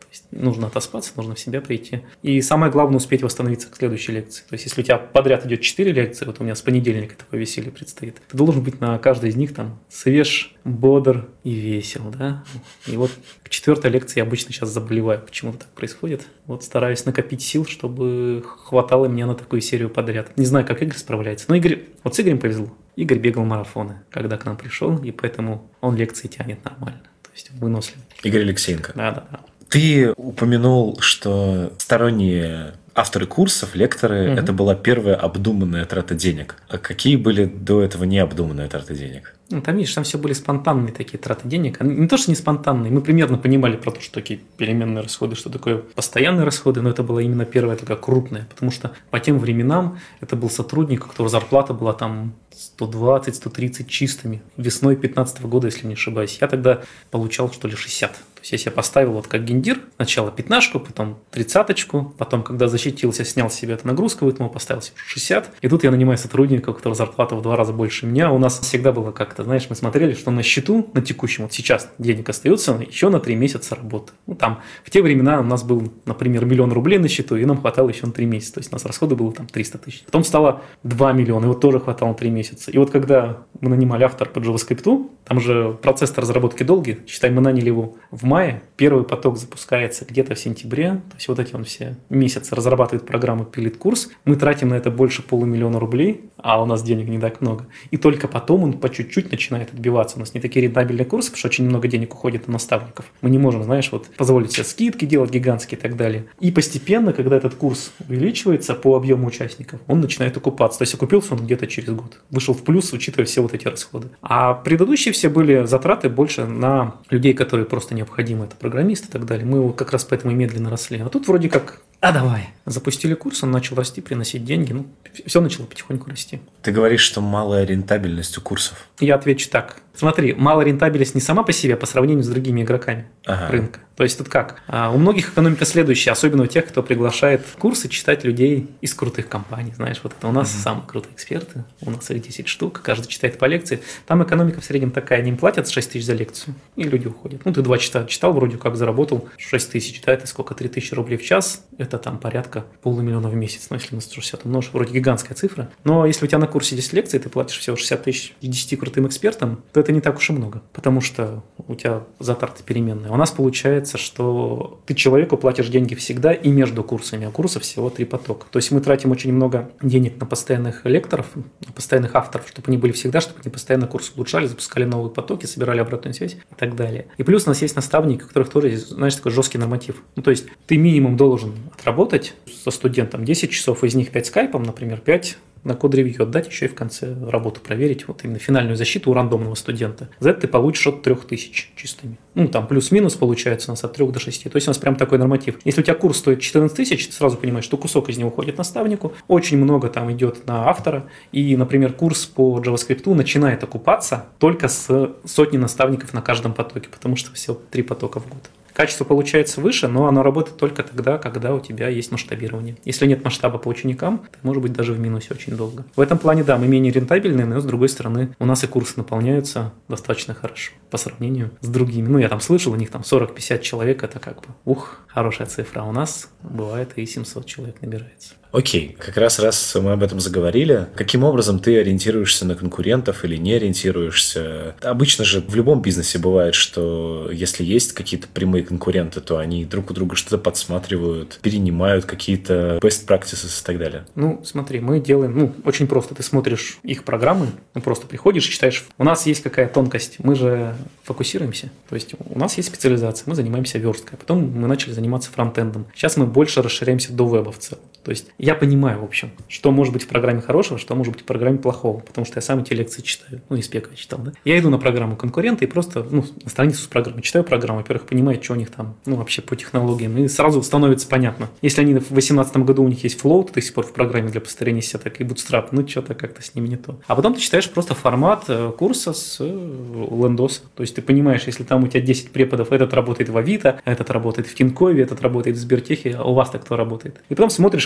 есть нужно отоспаться, нужно в себя прийти. И самое главное успеть восстановиться к следующей лекции. То есть если у тебя подряд идет четыре лекции, вот у меня с понедельника такое веселье предстоит, ты должен быть на каждой из них там свеж, бодр и весел, да. И вот к четвертой лекции я обычно сейчас заболеваю, почему-то так происходит. Вот стараюсь накопить сил, чтобы хватало мне на такую серию подряд. Не знаю, как Игорь справляется, но Игорь, вот с Игорем повезло. Игорь бегал марафоны, когда к нам пришел, и поэтому он лекции тянет нормально. То есть выносливый. Игорь Алексеенко. Да, да, да. Ты упомянул, что сторонние авторы курсов, лекторы, угу. это была первая обдуманная трата денег. А какие были до этого необдуманные траты денег? Ну, там, видишь, там все были спонтанные такие траты денег. Не то, что не спонтанные. Мы примерно понимали про то, что такие переменные расходы, что такое постоянные расходы, но это была именно первая такая крупная. Потому что по тем временам это был сотрудник, у которого зарплата была там сто двадцать - сто тридцать чистыми. Весной две тысячи пятнадцатого года, если не ошибаюсь. Я тогда получал, что ли, шестьдесят. То есть я себе поставил вот как гендир, сначала пятнашку, потом тридцаточку, потом, когда защитился, снял себе эту нагрузку, поэтому поставил себе шестьдесят. И тут я нанимаю сотрудника, у которого зарплата в два раза больше меня. У нас всегда было как-то, знаешь, мы смотрели, что на счету, на текущем, вот сейчас денег остается еще на три месяца работы. Ну, там, в те времена у нас был, например, миллион рублей на счету, и нам хватало еще на три месяца. То есть у нас расходы было там триста тысяч. Потом стало два миллиона, и вот тоже хватало на три месяца. И вот когда мы нанимали автора по JavaScript, там же процесс разработки долгий, считай, мы наняли его в мае, первый поток запускается где-то в сентябре, то есть вот эти он все месяцы разрабатывает программу, пилит курс, мы тратим на это больше полумиллиона рублей, а у нас денег не так много, и только потом он по чуть-чуть начинает отбиваться. У нас не такие рентабельные курсы, потому что очень много денег уходит на наставников. Мы не можем, знаешь, вот позволить себе скидки делать гигантские и так далее. И постепенно, когда этот курс увеличивается по объему участников, он начинает окупаться. То есть окупился он где-то через год. Вышел в плюс, учитывая все вот эти расходы. А предыдущие все были затраты больше на людей, которые просто необходимы. Это программисты и так далее. Мы как раз поэтому и медленно росли. А тут вроде как, а давай. Запустили курс, он начал расти, приносить деньги. Ну, все начало потихоньку расти. Ты говоришь, что малая рентабельность у курсов. Я отвечу так. Смотри, малая рентабельность не сама по себе, а по сравнению с другими игроками ага. рынка. То есть тут как? А у многих экономика следующая, особенно у тех, кто приглашает в курсы читать людей из крутых компаний. Знаешь, вот это у нас угу. самые крутые эксперты, у нас их десять штук, каждый читает по лекции. Там экономика в среднем такая, они им платят шесть тысяч за лекцию, и люди уходят. Ну, ты два часа читал, вроде как заработал шесть тысяч, да, это сколько? три тысячи рублей в час, это там порядка полумиллиона в месяц, ну, если на сто шестьдесят умножить, вроде гигантская цифра. Но если у тебя на курсе десять лекций, ты платишь всего шестьдесят тысяч десяти крутым экспертам, то это не так уж и много, потому что у тебя затраты переменные. У нас получается, что ты человеку платишь деньги всегда и между курсами, а курсов всего три потока. То есть мы тратим очень много денег на постоянных лекторов, на постоянных авторов, чтобы они были всегда, чтобы они постоянно курс улучшали, запускали новые потоки, собирали обратную связь и так далее. И плюс у нас есть наставники, у которых тоже, знаешь, такой жесткий норматив. Ну, то есть ты минимум должен отработать со студентом десять часов, из них пять скайпом, например, пять на код-ревью отдать, еще и в конце работу проверить, вот именно финальную защиту у рандомного студента. За это ты получишь от трех тысяч чистыми. Ну, там плюс-минус получается у нас от трех до шести. То есть у нас прям такой норматив. Если у тебя курс стоит четырнадцать тысяч, ты сразу понимаешь, что кусок из него уходит наставнику, очень много там идет на автора, и, например, курс по JavaScript начинает окупаться только с сотни наставников на каждом потоке, потому что всего три потока в год. Качество получается выше, но оно работает только тогда, когда у тебя есть масштабирование. Если нет масштаба по ученикам, ты можешь быть даже в минусе очень долго. В этом плане, да, мы менее рентабельны, но с другой стороны, у нас и курсы наполняются достаточно хорошо по сравнению с другими. Ну, я там слышал, у них там сорок-пятьдесят человек, это как бы, ух, хорошая цифра. А у нас бывает и семьсот человек набирается. Окей, как раз раз мы об этом заговорили, каким образом ты ориентируешься на конкурентов или не ориентируешься? Обычно же в любом бизнесе бывает, что если есть какие-то прямые конкуренты, то они друг у друга что-то подсматривают, перенимают какие-то best practices и так далее. Ну, смотри, мы делаем, ну, очень просто. Ты смотришь их программы, ну, просто приходишь, читаешь. У нас есть какая тонкость, мы же фокусируемся. То есть у нас есть специализация, мы занимаемся версткой, потом мы начали заниматься фронтендом. Сейчас мы больше расширяемся до веба в целом. То есть я понимаю, в общем, что может быть в программе хорошего, что может быть в программе плохого, потому что я сам эти лекции читаю, ну, из спека читал, да. Я иду на программу конкурента и просто, ну, на страницу с программой читаю программу, во-первых, понимаю, что у них там, ну, вообще по технологиям, и сразу становится понятно. Если они в две тысячи восемнадцатом году у них есть Float до сих пор в программе для построения сеток и Bootstrap, ну, что-то как-то с ними не то. А потом ты читаешь просто формат курса с лендоса, то есть ты понимаешь, если там у тебя десять преподов, этот работает в Авито, этот работает в Кинкове, этот работает в Сбертехе, а у вас-то кто работает? И потом смотришь,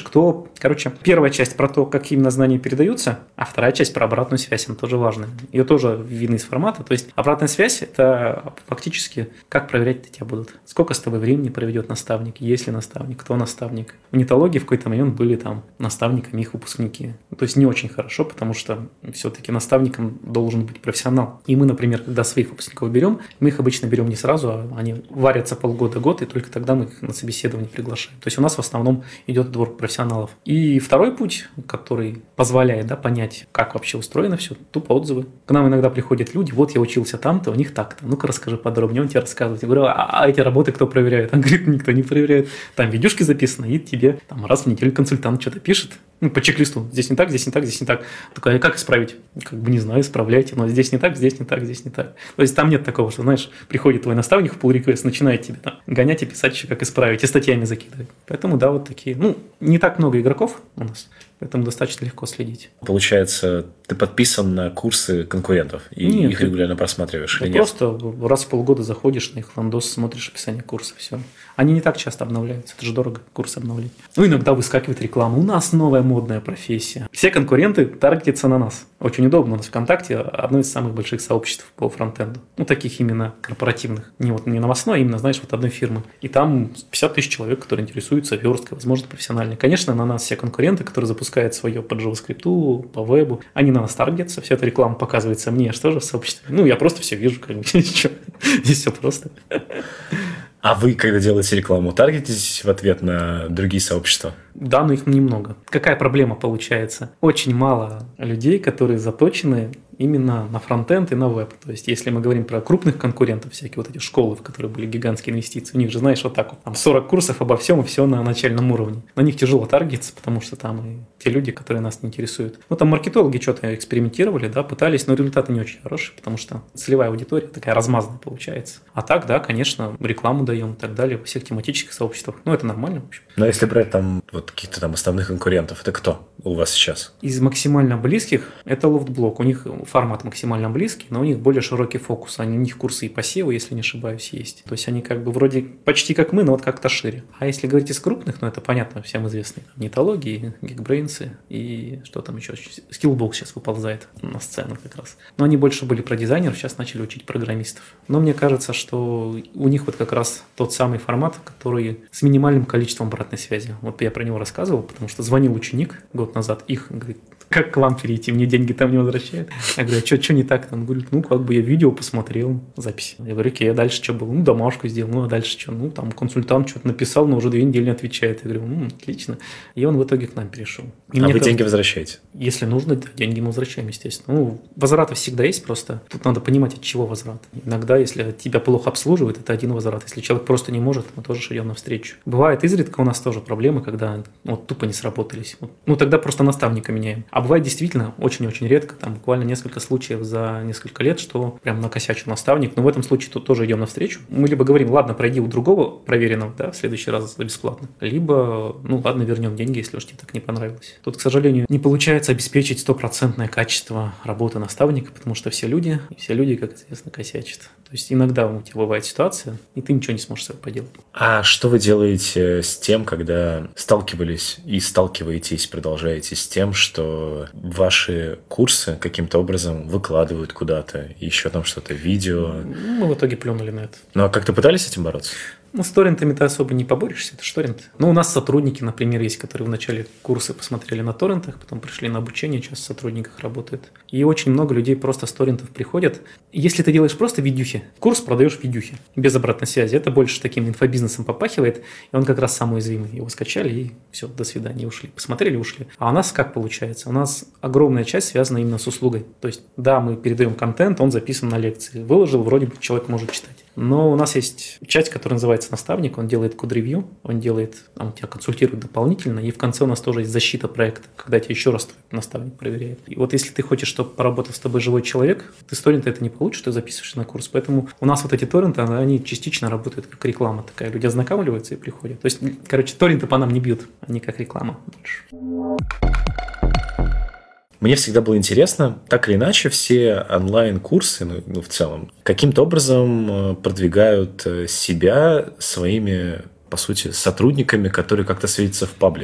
кто... Короче, первая часть про то, как именно знания передаются, а вторая часть про обратную связь, она тоже важная. Ее тоже видно из формата. То есть обратная связь – это фактически как проверять тебя будут. Сколько с тобой времени проведет наставник, есть ли наставник, кто наставник. В нетологии в какой-то момент были там наставниками их выпускники. То есть не очень хорошо, потому что все-таки наставником должен быть профессионал. И мы, например, когда своих выпускников берем, мы их обычно берем не сразу, а они варятся полгода-год, и только тогда мы их на собеседование приглашаем. То есть у нас в основном идет отбор профессионалов. И второй путь, который позволяет, да, понять, как вообще устроено все, тупо отзывы. К нам иногда приходят люди, вот я учился там-то, у них так-то, ну-ка расскажи подробнее, он тебе рассказывает. Я говорю, а, а эти работы кто проверяет? Он говорит, никто не проверяет. Там видюшки записаны, и тебе там раз в неделю консультант что-то пишет, ну, по чек-листу. Здесь не так, здесь не так, здесь не так. Такой, а как исправить? Как бы не знаю, исправляйте, но здесь не так, здесь не так, здесь не так. То есть там нет такого, что, знаешь, приходит твой наставник в pull request, начинает тебе там гонять и писать еще, как исправить, и статьями закидывать. Поэтому, да, вот такие. Ну, не так много игроков у нас, поэтому достаточно легко следить. Получается, ты подписан на курсы конкурентов и нет, их регулярно просматриваешь или нет? Просто раз в полгода заходишь на их ландос, смотришь описание курса, все. Они не так часто обновляются, это же дорого, курсы обновлять. Ну, иногда выскакивает реклама, у нас новая модная профессия. Все конкуренты таргетятся на нас. Очень удобно, у нас ВКонтакте одно из самых больших сообществ по фронтенду. Ну, таких именно корпоративных. Не, вот, не новостной, а именно, знаешь, вот одной фирмы. И там пятьдесят тысяч человек, которые интересуются версткой, возможно, профессиональной. Конечно, на нас все конкуренты, которые запускают свое по JavaScript, по вебу, они на нас таргетятся, вся эта реклама показывается мне, что же в сообществе. Ну, я просто все вижу, как бы, здесь все просто. А вы, когда делаете рекламу, таргетитесь в ответ на другие сообщества? Да, но их немного. Какая проблема получается? Очень мало людей, которые заточены именно на фронтенд и на веб. То есть, если мы говорим про крупных конкурентов, всякие вот эти школы, в которые были гигантские инвестиции, у них же, знаешь, вот так вот, там сорок курсов обо всем и все на начальном уровне. На них тяжело таргетиться, потому что там и те люди, которые нас не интересуют. Ну, там маркетологи что-то экспериментировали, да, пытались, но результаты не очень хорошие, потому что целевая аудитория такая размазанная получается. А так, да, конечно, рекламу даем и так далее во всех тематических сообществах. Ну, это нормально, в общем. Но если брать там вот каких-то там основных конкурентов, это кто у вас сейчас? Из максимально близких это LoftBlock. У них формат максимально близкий, но у них более широкий фокус. Они, у них курсы и по сео, если не ошибаюсь, есть. То есть они как бы вроде почти как мы, но вот как-то шире. А если говорить из крупных, ну это понятно, всем известные. Нетологии, Geekbrains и что там еще? Skillbox сейчас выползает на сцену как раз. Но они больше были про дизайнеров, сейчас начали учить программистов. Но мне кажется, что у них вот как раз тот самый формат, который с минимальным количеством обратной связи. Вот я про него рассказывал, потому что звонил ученик год назад, их, говорит, как к вам перейти, мне деньги там не возвращают. Я говорю, а что не так? Он говорит, ну, как бы я видео посмотрел, запись. Я говорю, окей, а дальше что было? Ну, домашку сделал, ну, а дальше что? Ну, там консультант что-то написал, но уже две недели не отвечает. Я говорю, ну, отлично. И он в итоге к нам перешел. И а вы кажется, деньги возвращаете? Если нужно, деньги мы возвращаем, естественно. Ну, возвраты всегда есть просто. Тут надо понимать, от чего возврат. Иногда, если тебя плохо обслуживают, это один возврат. Если человек просто не может, мы тоже идем навстречу. Бывает изредка у нас тоже проблемы, когда вот тупо не сработались. Ну, тогда просто наставника меняем. А бывает действительно очень-очень редко, там буквально несколько случаев за несколько лет, что прям накосячил наставник. Но в этом случае тут тоже идем навстречу. Мы либо говорим, ладно, пройди у другого проверенного, да, в следующий раз за бесплатно. Либо, ну ладно, вернем деньги, если уж тебе так не понравилось. Тут, к сожалению, не получается обеспечить стопроцентное качество работы наставника, потому что все люди, и все люди, как известно, косячат. То есть иногда у тебя бывает ситуация, и ты ничего не сможешь с собой поделать. А что вы делаете с тем, когда сталкивались и сталкиваетесь, продолжаете с тем, что ваши курсы каким-то образом выкладывают куда-то, еще там что-то, видео? Мы в итоге плюнули на это. Ну, а как-то пытались с этим бороться? Ну, с торрентами ты особо не поборешься, это же торрент. Ну, у нас сотрудники, например, есть, которые вначале курсы посмотрели на торрентах, потом пришли на обучение, сейчас в сотрудниках работают. И очень много людей просто с торрентов приходят. Если ты делаешь просто видюхи, курс продаешь видюхи, без обратной связи, это больше таким инфобизнесом попахивает, и он как раз самый уязвимый. Его скачали и все, до свидания, ушли. Посмотрели, ушли. А у нас как получается? У нас огромная часть связана именно с услугой. То есть, да, мы передаем контент, он записан на лекции. Выложил, вроде бы человек может читать. Но у нас есть часть, которая называется наставник, он делает код-ревью, он делает, он тебя консультирует дополнительно, и в конце у нас тоже есть защита проекта, когда тебя еще раз наставник проверяет. И вот если ты хочешь, чтобы поработал с тобой живой человек, ты с торрента это не получишь, ты записываешься на курс. Поэтому у нас вот эти торренты, они частично работают как реклама такая. Люди ознакомливаются и приходят. То есть, короче, торренты по нам не бьют, они как реклама больше. Мне всегда было интересно, так или иначе, все онлайн-курсы, ну, ну в целом, каким-то образом продвигают себя своими, по сути, сотрудниками, которые как-то светятся в паблик.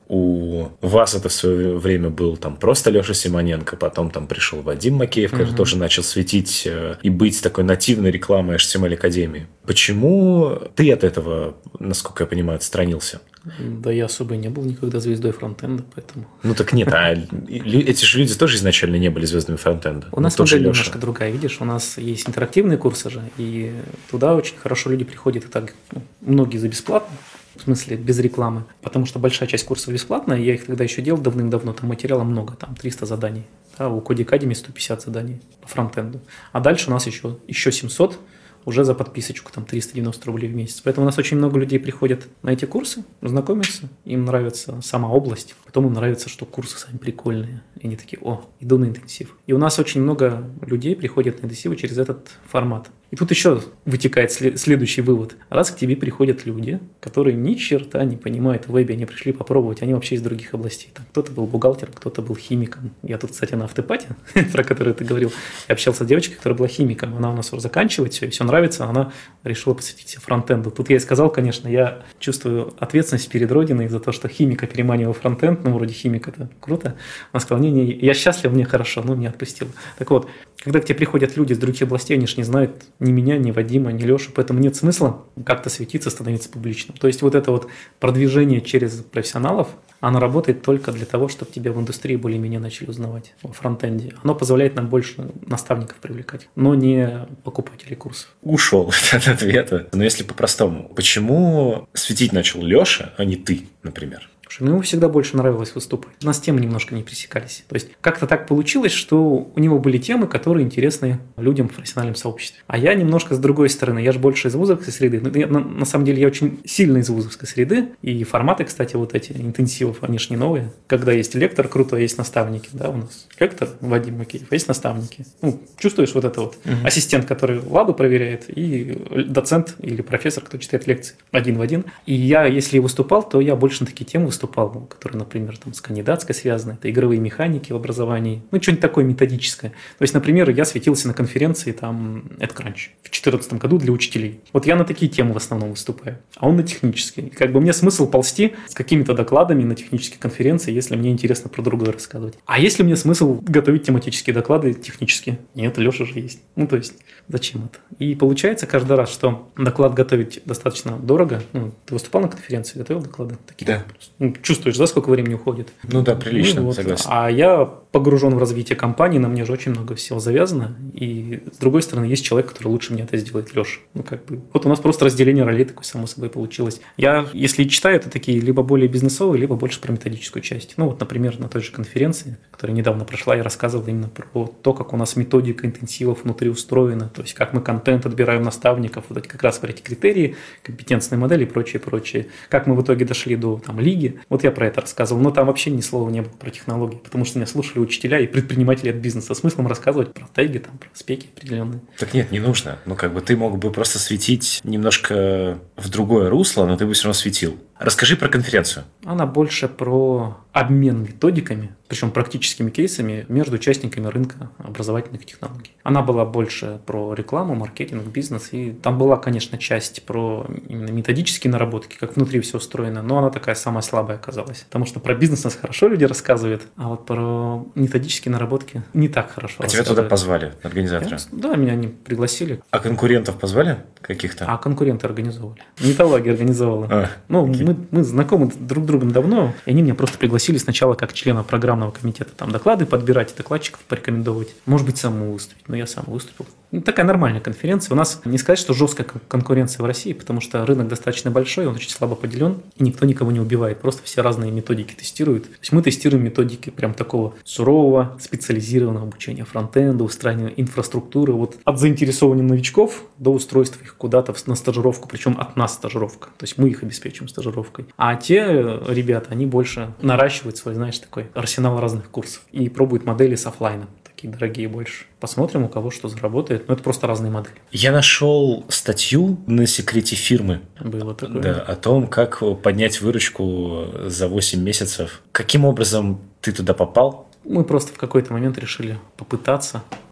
У вас это в свое время был там просто Леша Симоненко, потом там пришел Вадим Макеев, который mm-hmm. тоже начал светить и быть такой нативной рекламой эйч ти эм эль-академии. Почему ты от этого, насколько я понимаю, отстранился? Да я особо и не был никогда звездой фронтенда, поэтому... Ну так нет, а эти же люди тоже изначально не были звездами фронтенда. У нас модель немножко другая, видишь, у нас есть интерактивные курсы же, и туда очень хорошо люди приходят, и так, ну, многие за бесплатно, в смысле без рекламы, потому что большая часть курсов бесплатная, я их тогда еще делал давным-давно, там материала много, там триста заданий, да, у Codecademy сто пятьдесят заданий по фронтенду, а дальше у нас еще, еще семьсот, уже за подписочку, там, триста девяносто рублей в месяц. Поэтому у нас очень много людей приходят на эти курсы, знакомятся, им нравится сама область, потом им нравится, что курсы сами прикольные. И они такие: о, иду на интенсив. И у нас очень много людей приходят на интенсивы через этот формат. И тут еще вытекает след- следующий вывод. Раз к тебе приходят люди, которые ни черта не понимают в вебе, они пришли попробовать, они вообще из других областей. Там кто-то был бухгалтером, кто-то был химиком. Я тут, кстати, на автопате, про который ты говорил, я общался с девочкой, которая была химиком. Она у нас уже заканчивает все, и все нравится, она решила посвятить себя фронтенду. Тут я ей сказал, конечно, я чувствую ответственность перед Родиной за то, что химика переманивал фронтенд, ну, вроде химик, это круто. Она сказала: не, не, я счастлив, мне хорошо, ну, меня отпустила. Так вот, когда к тебе приходят люди из других областей, они же не знают ни меня, ни Вадима, ни Лешу, поэтому нет смысла как-то светиться, становиться публичным. То есть вот это вот продвижение через профессионалов, оно работает только для того, чтобы тебя в индустрии более-менее начали узнавать во фронтенде. Оно позволяет нам больше наставников привлекать, но не покупателей курсов. Ушел от ответа. Но если по-простому, почему светить начал Леша, а не ты, например? Ну, ему всегда больше нравилось выступать. У нас темы немножко не пересекались. То есть как-то так получилось, что у него были темы, которые интересны людям в профессиональном сообществе. А я немножко с другой стороны. Я же больше из вузовской среды. Ну, я, на, на самом деле я очень сильно из вузовской среды. И форматы, кстати, вот эти интенсивов, они же не новые. Когда есть лектор, круто, есть наставники. Да, у нас лектор Вадим Макеев, а есть наставники. Ну, чувствуешь вот это вот. Угу. Ассистент, который лабы проверяет, и доцент или профессор, кто читает лекции один в один. И я, если и выступал, то я больше на такие темы выступал, которые, например, там, с кандидатской связаны, это игровые механики в образовании, ну, что-нибудь такое методическое. То есть, например, я светился на конференции там EdCrunch в две тысячи четырнадцатом году для учителей. Вот я на такие темы в основном выступаю, а он на технические. И как бы мне смысл ползти с какими-то докладами на технические конференции, если мне интересно про другое рассказывать. А если мне смысл готовить тематические доклады технические? Нет, Леша же есть. Ну, то есть, зачем это? И получается каждый раз, что доклад готовить достаточно дорого. Ну, ты выступал на конференции, готовил доклады? Такие? Да. Ну, чувствуешь, да, сколько времени уходит? Ну да, прилично, ну, вот. Согласен. А я погружен в развитие компании, на мне же очень много всего завязано. И с другой стороны, есть человек, который лучше меня это сделает, Леша. Ну, как бы. Вот у нас просто разделение ролей такое само собой получилось. Я, если читаю, это такие либо более бизнесовые, либо больше про методическую часть. Ну, вот, например, на той же конференции, которая недавно прошла, я рассказывал именно про то, как у нас методика интенсивов внутри устроена, то есть как мы контент отбираем наставников, вот эти как раз про эти критерии, компетентные модели и прочее, прочее. Как мы в итоге дошли до там лиги. Вот я про это рассказывал, но там вообще ни слова не было про технологии, потому что меня слушали учителя и предприниматели от бизнеса. Смыслом рассказывать про теги, там, про спеки определенные. Так нет, не нужно. Ну, как бы ты мог бы просто светить немножко в другое русло, но ты бы все равно светил. Расскажи про конференцию. Она больше про обмен методиками, причем практическими кейсами между участниками рынка образовательных технологий. Она была больше про рекламу, маркетинг, бизнес. И там была, конечно, часть про именно методические наработки, как внутри все устроено, но она такая самая слабая оказалась. Потому что про бизнес нас хорошо люди рассказывают, а вот про методические наработки не так хорошо А тебя туда позвали, организаторы? Я, да, меня они пригласили. А конкурентов позвали каких-то? А конкуренты организовывали. Металлогия организовала. А, ну, окей. мы, мы знакомы друг с другом давно, и они меня просто пригласили сначала как члена программного комитета там доклады подбирать, докладчиков порекомендовать. Может быть, самому выступить, но я сам выступил. Ну, такая нормальная конференция. У нас не сказать, что жесткая конкуренция в России, потому что рынок достаточно большой, он очень слабо поделен, и никто никого не убивает. Просто все разные методики тестируют. То есть мы тестируем методики прям такого сурового, специализированного обучения фронтенда, устраивания инфраструктуры, вот от заинтересованных новичков до устройства их куда-то на стажировку, причем от нас стажировка. То есть мы их обеспечиваем стажировкой. А те ребята, они больше наращивают свой, знаешь, такой арсенал разных курсов и пробуют модели с офлайном. Такие дорогие больше. Посмотрим, у кого что заработает. Но это просто разные модели. Я нашел статью на секрете фирмы. Было такое. Да, о том, как поднять выручку за восемь месяцев. Каким образом ты туда попал? Мы просто в какой-то момент решили попытаться.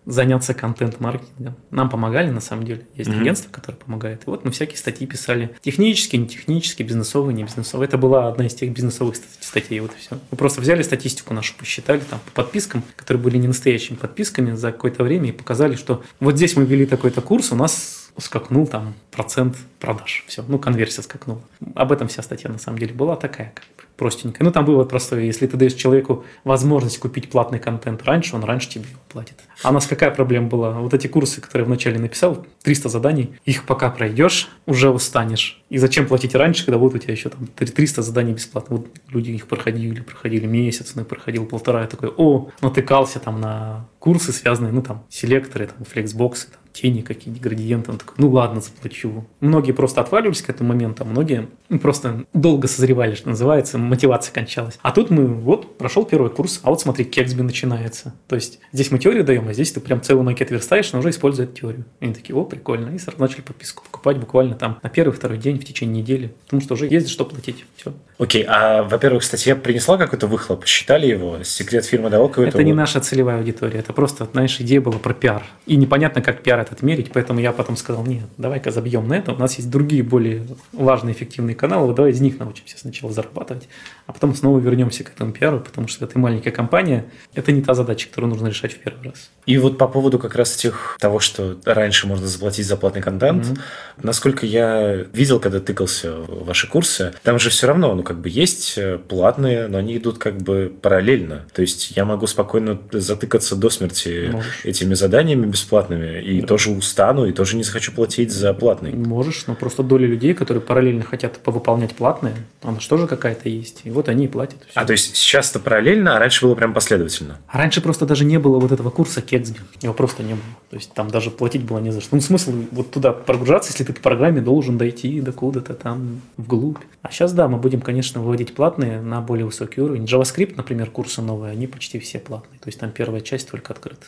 заняться контент-маркетингом. Нам помогали, на самом деле. Есть Mm-hmm. агентство, которое помогает. И вот мы всякие статьи писали. Технические, не технические, бизнесовые, не бизнесовые. Это была одна из тех бизнесовых статей. Вот и все. Мы просто взяли статистику нашу, посчитали там по подпискам, которые были не настоящими подписками за какое-то время, и показали, что вот здесь мы ввели такой-то курс, у нас скакнул там процент продаж. Все, ну, конверсия скакнула. Об этом вся статья на самом деле была такая, как бы простенькая. Ну, там вывод простой. Если ты даешь человеку возможность купить платный контент раньше, он раньше тебе его платит. А у нас какая проблема была? Вот эти курсы, которые я вначале написал, триста заданий, их пока пройдешь, уже устанешь. И зачем платить раньше, когда будет у тебя еще там триста заданий бесплатно? Вот люди их проходили, проходили месяц, ну, проходил полтора, я такой, о, натыкался там на курсы, связанные, ну, там, селекторы, там, флексбоксы, там, тени какие-нибудь, градиенты. Он такой, ну, ладно, заплачу. Многие просто отваливались к этому моменту, а многие ну, просто долго созревали, что называется, мотивация кончалась. А тут мы, вот, прошел первый курс, а вот смотри, Кексби начинается. То есть здесь мы теорию даем, а здесь ты прям целый макет верстаешь, но уже используя эту теорию. И они такие, о, прикольно. И сразу начали подписку покупать буквально там на первый-второй день в течение недели, потому что уже есть что платить. Все. Окей, а, во-первых, статья принесла какой-то выхлоп? Считали его? Секрет фирмы давал какой-то? Это не наша целевая аудитория, это просто, знаешь, идея была про пиар. И непонятно, как пиар этот мерить, поэтому я потом сказал, нет, давай-ка забьем на это, у нас есть другие более важные, эффективные каналы, давай из них научимся сначала зарабатывать, а потом снова вернемся к этому пиару, потому что это маленькая компания, это не та задача, которую нужно решать в первый раз. И вот по поводу как раз тех, того, что раньше можно заплатить за платный контент, mm-hmm. насколько я видел, когда тыкался в ваши курсы, там же все равно, ну, как бы есть платные, но они идут как бы параллельно. То есть я могу спокойно затыкаться до смерти Можешь. этими заданиями бесплатными, и да. тоже устану, и тоже не захочу платить за платный. Можешь, но просто доля людей, которые параллельно хотят повыполнять платные, она же тоже какая-то есть, и вот они и платят. Все. А, то есть сейчас это параллельно, а раньше было прям последовательно? А раньше просто даже не было вот этого курса Кексби, его просто не было. То есть там даже платить было не за что. Ну, смысл вот туда прогружаться, если ты по программе должен дойти до куда-то там вглубь. А сейчас, да, мы будем, конечно, выводить платные на более высокий уровень. JavaScript, например, курсы новые, они почти все платные. То есть там первая часть только открыта.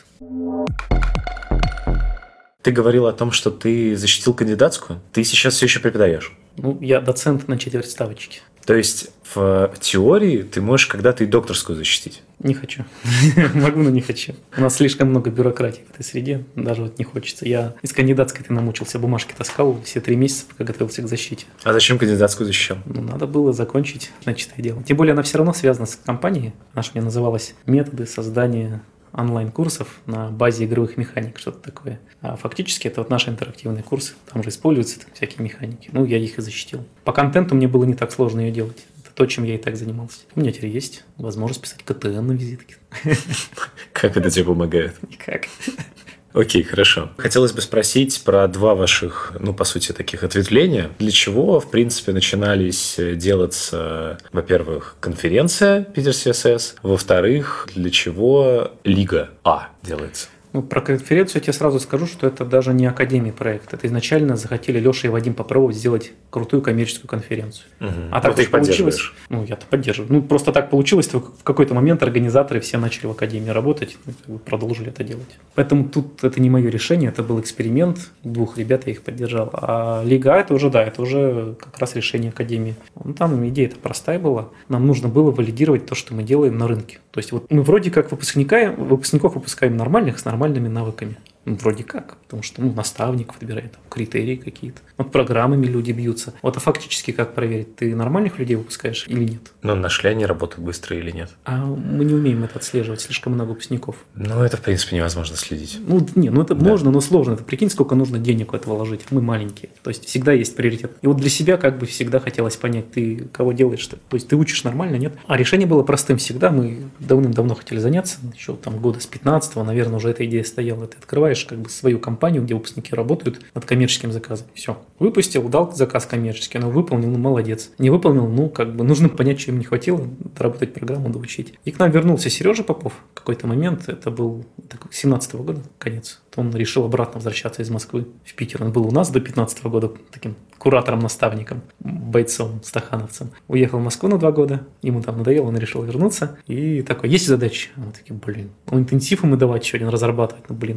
Ты говорил о том, что ты защитил кандидатскую. Ты сейчас все еще преподаешь? Ну, я доцент на четверть ставочки. То есть в теории ты можешь когда-то и докторскую защитить? Не хочу. Могу, но не хочу. У нас слишком много бюрократии в этой среде. Даже вот не хочется. Я из кандидатской-то намучился, бумажки таскал все три месяца, пока готовился к защите. А зачем кандидатскую защищал? Ну, надо было закончить начатое дело. Тем более она все равно связана с компанией. Наша мне называлась «Методы создания онлайн-курсов на базе игровых механик», что-то такое. А фактически это вот наши интерактивные курсы. Там же используются там всякие механики. Ну, я их и защитил. По контенту мне было не так сложно ее делать. Это то, чем я и так занимался. У меня теперь есть возможность писать ка тэ эн на визитке. Как это тебе помогает? Никак. Окей, хорошо. Хотелось бы спросить про два ваших, ну, по сути, таких ответвления. Для чего, в принципе, начинались делаться, во-первых, конференция Питер си эс эс, во-вторых, для чего Лига А делается? Ну, про конференцию я тебе сразу скажу, что это даже не академия проект. Это изначально захотели Леша и Вадим попробовать сделать крутую коммерческую конференцию. Угу. А так уж получилось. Ну, я-то поддерживаю. Ну, просто так получилось, что в какой-то момент организаторы все начали в академии работать, ну, продолжили это делать. Поэтому тут это не мое решение, это был эксперимент двух ребят, я их поддержал. А Лига это уже, да, это уже как раз решение академии. Ну, там идея-то простая была. Нам нужно было валидировать то, что мы делаем на рынке. То есть вот мы вроде как выпускника, выпускников выпускаем нормальных, с нормальными навыками. Ну, вроде как, потому что ну, наставник выбирает, там, критерии какие-то. Вот программами люди бьются. Вот а фактически как проверить, ты нормальных людей выпускаешь или нет? Ну, нашли они работу быстро или нет? А мы не умеем это отслеживать, слишком много выпускников. Ну, это, в принципе, невозможно следить. Ну, не, ну это да. можно, но сложно. Это прикинь, сколько нужно денег в это вложить. Мы маленькие. То есть всегда есть приоритет. И вот для себя как бы всегда хотелось понять, ты кого делаешь. -то? То есть ты учишь нормально, нет? А решение было простым всегда. Мы давным-давно хотели заняться. Еще там года с пятнадцатого, наверное, уже эта идея стояла. Ты открываешь как бы свою компанию, где выпускники работают над коммерческим заказом. Все. Выпустил, дал заказ коммерческий, но выполнил, ну, молодец. Не выполнил, ну, как бы нужно понять, что им не хватило, доработать программу, доучить. И к нам вернулся Сережа Попов в какой-то момент, это был семнадцатого года, конец. Он решил обратно возвращаться из Москвы в Питер. Он был у нас до пятнадцатого года таким куратором-наставником, бойцом, стахановцем. Уехал в Москву на два года, ему там надоело, он решил вернуться. И такой, есть задачи? Мы такие, блин, ну, интенсив ему давать еще один разрабатывать. Ну, блин, интенсив.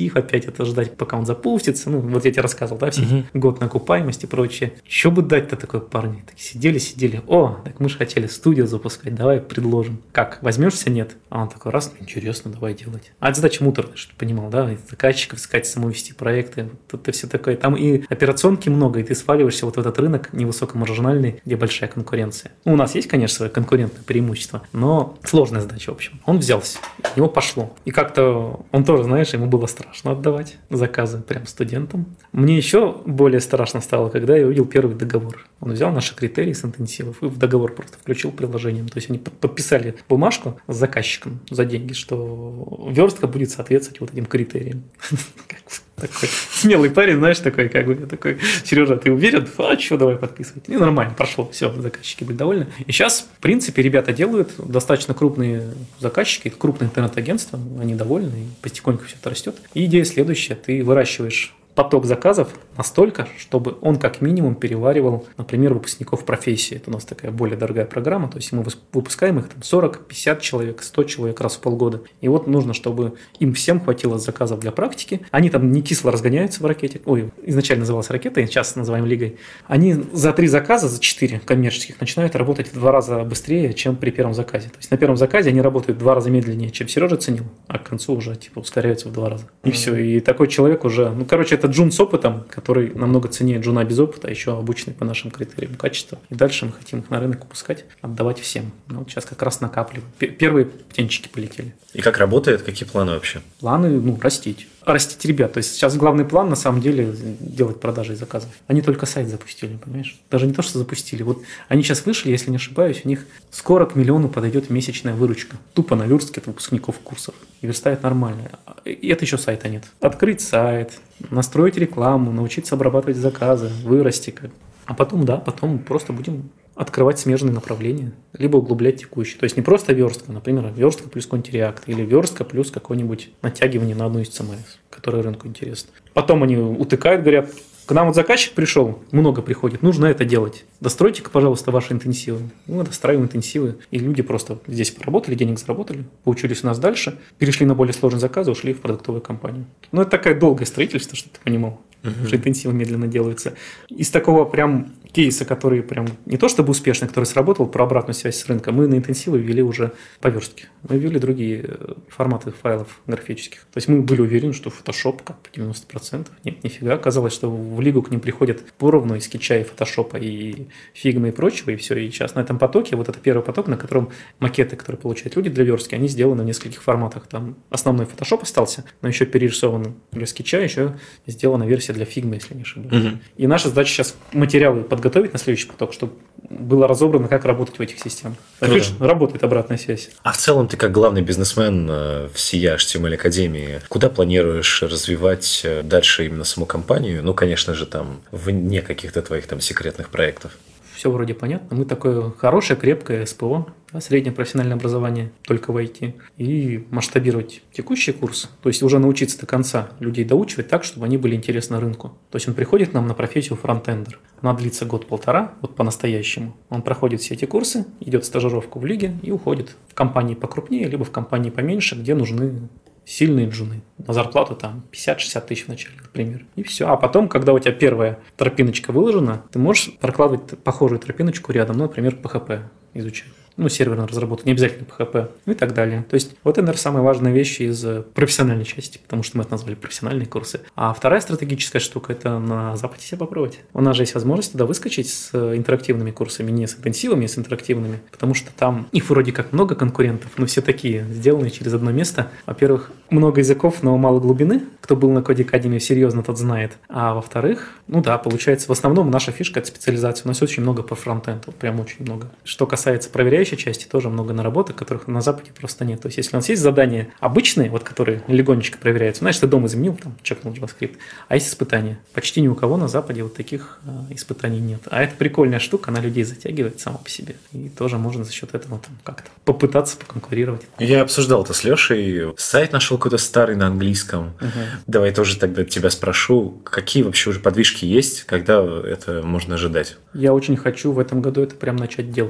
архив, опять это ждать, пока он запустится. Ну, вот я тебе рассказывал, да, все Мгм. год на окупаемость и прочее. Что бы дать-то такой парни? Так сидели, сидели. О, так мы же хотели студию запускать, давай предложим. Как, возьмешься? Нет. А он такой, раз, ну, интересно, давай делать. А это задача муторная, чтобы ты понимал, да, и заказчиков искать, самому вести проекты. Тут ты все такое. Там и операционки много, и ты сваливаешься вот в этот рынок невысокомаржинальный, где большая конкуренция. Ну, у нас есть, конечно, свое конкурентное преимущество, но сложная задача, в общем. Он взялся, у него пошло. И как-то он тоже, знаешь, ему было страшно отдавать заказы прям студентам. Мне еще более страшно стало, когда я увидел первый договор. Он взял наши критерии с интенсивов и в договор просто включил приложением. То есть они подписали бумажку с заказчиком за деньги, что верстка будет соответствовать вот этим критериям. Такой смелый парень, знаешь, такой, как бы, такой, Сережа, ты уверен? А что, давай подписывать. И нормально, прошло, все, заказчики были довольны. И сейчас, в принципе, ребята делают достаточно крупные заказчики, крупные интернет-агентства, они довольны, и потихоньку все это растет. И идея следующая, ты выращиваешь поток заказов настолько, чтобы он как минимум переваривал, например, выпускников профессии. Это у нас такая более дорогая программа, то есть мы выпускаем их там сорок-пятьдесят человек, сто человек раз в полгода. И вот нужно, чтобы им всем хватило заказов для практики. Они там не кисло разгоняются в ракете. Ой, изначально называлась ракета, сейчас называем лигой. Они за три заказа, за четыре коммерческих начинают работать в два раза быстрее, чем при первом заказе. То есть на первом заказе они работают в два раза медленнее, чем Сережа ценил, а к концу уже типа ускоряются в два раза. И mm-hmm. все. И такой человек уже, ну, короче, это джун с опытом, который намного ценнее джуна без опыта, еще обученный по нашим критериям качества. И дальше мы хотим их на рынок выпускать, отдавать всем. Ну, вот сейчас как раз накапливаем. Первые птенчики полетели. И как работает? Какие планы вообще? Планы, ну, растить. Растить ребят. То есть сейчас главный план, на самом деле, делать продажи и заказов. Они только сайт запустили, понимаешь? Даже не то, что запустили. Вот они сейчас вышли, если не ошибаюсь, у них скоро к миллиону подойдет месячная выручка. Тупо на верстке от выпускников курсов. И верстает нормально. И это еще сайта нет. Открыть сайт, настроить рекламу, научиться обрабатывать заказы, вырасти как. А потом, да, потом просто будем открывать смежные направления, либо углублять текущие. То есть не просто верстка, например, верстка плюс контиреакт, или верстка плюс какое-нибудь натягивание на одну из си эм эс, которое рынку интересно. Потом они утыкают, говорят, к нам вот заказчик пришел, много приходит, нужно это делать. Достройте-ка, пожалуйста, ваши интенсивы. Мы достраиваем интенсивы, и люди просто здесь поработали, денег заработали, поучились у нас дальше, перешли на более сложные заказы, ушли в продуктовую компанию. Но это такое долгое строительство, чтобы ты понимал. Потому что интенсивы медленно делаются. Из такого прям кейса, который прям не то чтобы успешный, который сработал, про обратную связь с рынка, мы на интенсивы ввели уже по верстке. Мы ввели другие форматы файлов графических. То есть мы были уверены, что Photoshop как по девяносто процентов. Нет, нифига. Оказалось, что в лигу к ним приходят поровну и скетча, и фотошопа, и фигмы, и прочего, и все. И сейчас на этом потоке, вот это первый поток, на котором макеты, которые получают люди для верстки, они сделаны в нескольких форматах. Там основной Photoshop остался, но еще перерисован для скетча, еще сделана версия для фигмы, если не ошибаюсь. Угу. И наша задача сейчас материалы подготовить на следующий поток, чтобы было разобрано, как работать в этих системах. Так, видишь, работает обратная связь. А в целом ты как главный бизнесмен в сия эйч ти эм эль Академии, куда планируешь развивать дальше именно саму компанию? Ну, конечно же, там вне каких-то твоих там секретных проектов. Все вроде понятно. Мы такое хорошее, крепкое СПО, да, среднее профессиональное образование, только в ай ти. И масштабировать текущий курс, то есть уже научиться до конца людей доучивать так, чтобы они были интересны рынку. То есть он приходит к нам на профессию фронтендер. Она длится год-полтора, вот по-настоящему. Он проходит все эти курсы, идет в стажировку в лиге и уходит в компании покрупнее, либо в компании поменьше, где нужны сильные джуны. На зарплату там пятьдесят-шестьдесят тысяч в начале, например. И все. А потом, когда у тебя первая тропиночка выложена, ты можешь прокладывать похожую тропиночку рядом, ну, например, пи эйч пи изучать. Ну, серверную разработку, не обязательно пи эйч пи, ну и так далее. То есть вот это, наверное, самая важная вещь из профессиональной части, потому что мы это назвали профессиональные курсы. А вторая стратегическая штука – это на Западе себя попробовать. У нас же есть возможность туда выскочить с интерактивными курсами, не с интенсивами, а с интерактивными, потому что там их вроде как много конкурентов, но все такие, сделанные через одно место. Во-первых, много языков, но мало глубины. Кто был на Codecademy серьезно, тот знает. А во-вторых, ну да, получается, в основном наша фишка – это специализация. У нас очень много по фронтенду, прям очень много. Что касается проверяющей части, тоже много наработок, которых на Западе просто нет. То есть, если у нас есть задания обычные, вот которые легонечко проверяются, знаешь, ты дома изменил, там, чекнул JavaScript, а есть испытания. Почти ни у кого на Западе вот таких а, испытаний нет. А это прикольная штука, она людей затягивает сама по себе. И тоже можно за счет этого там как-то попытаться поконкурировать. Я обсуждал это с Лешей. Сайт нашел какой-то старый на английском. Угу. Давай тоже тогда тебя спрошу, какие вообще уже подвижки есть, когда это можно ожидать? Я очень хочу в этом году это прям начать делать.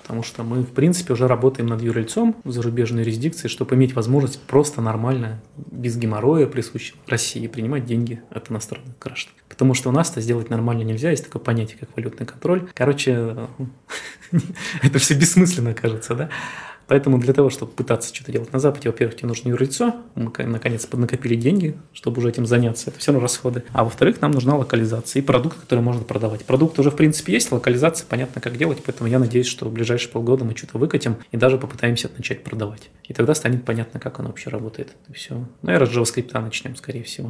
потому что мы, в принципе, уже работаем над юрлицом в зарубежной юрисдикции, чтобы иметь возможность просто нормально, без геморроя, присущего России, принимать деньги от иностранных граждан. Потому что у нас это сделать нормально нельзя, есть такое понятие, как валютный контроль. Короче, это все бессмысленно кажется, да? Поэтому для того, чтобы пытаться что-то делать на Западе, во-первых, тебе нужно юрлицо, мы наконец поднакопили деньги, чтобы уже этим заняться, это все равно расходы. А во-вторых, нам нужна локализация и продукт, который можно продавать. Продукт уже, в принципе, есть, локализация, понятно, как делать, поэтому я надеюсь, что в ближайшие полгода мы что-то выкатим и даже попытаемся начать продавать. И тогда станет понятно, как оно вообще работает. И все. Наверное, с JavaScript начнем, скорее всего.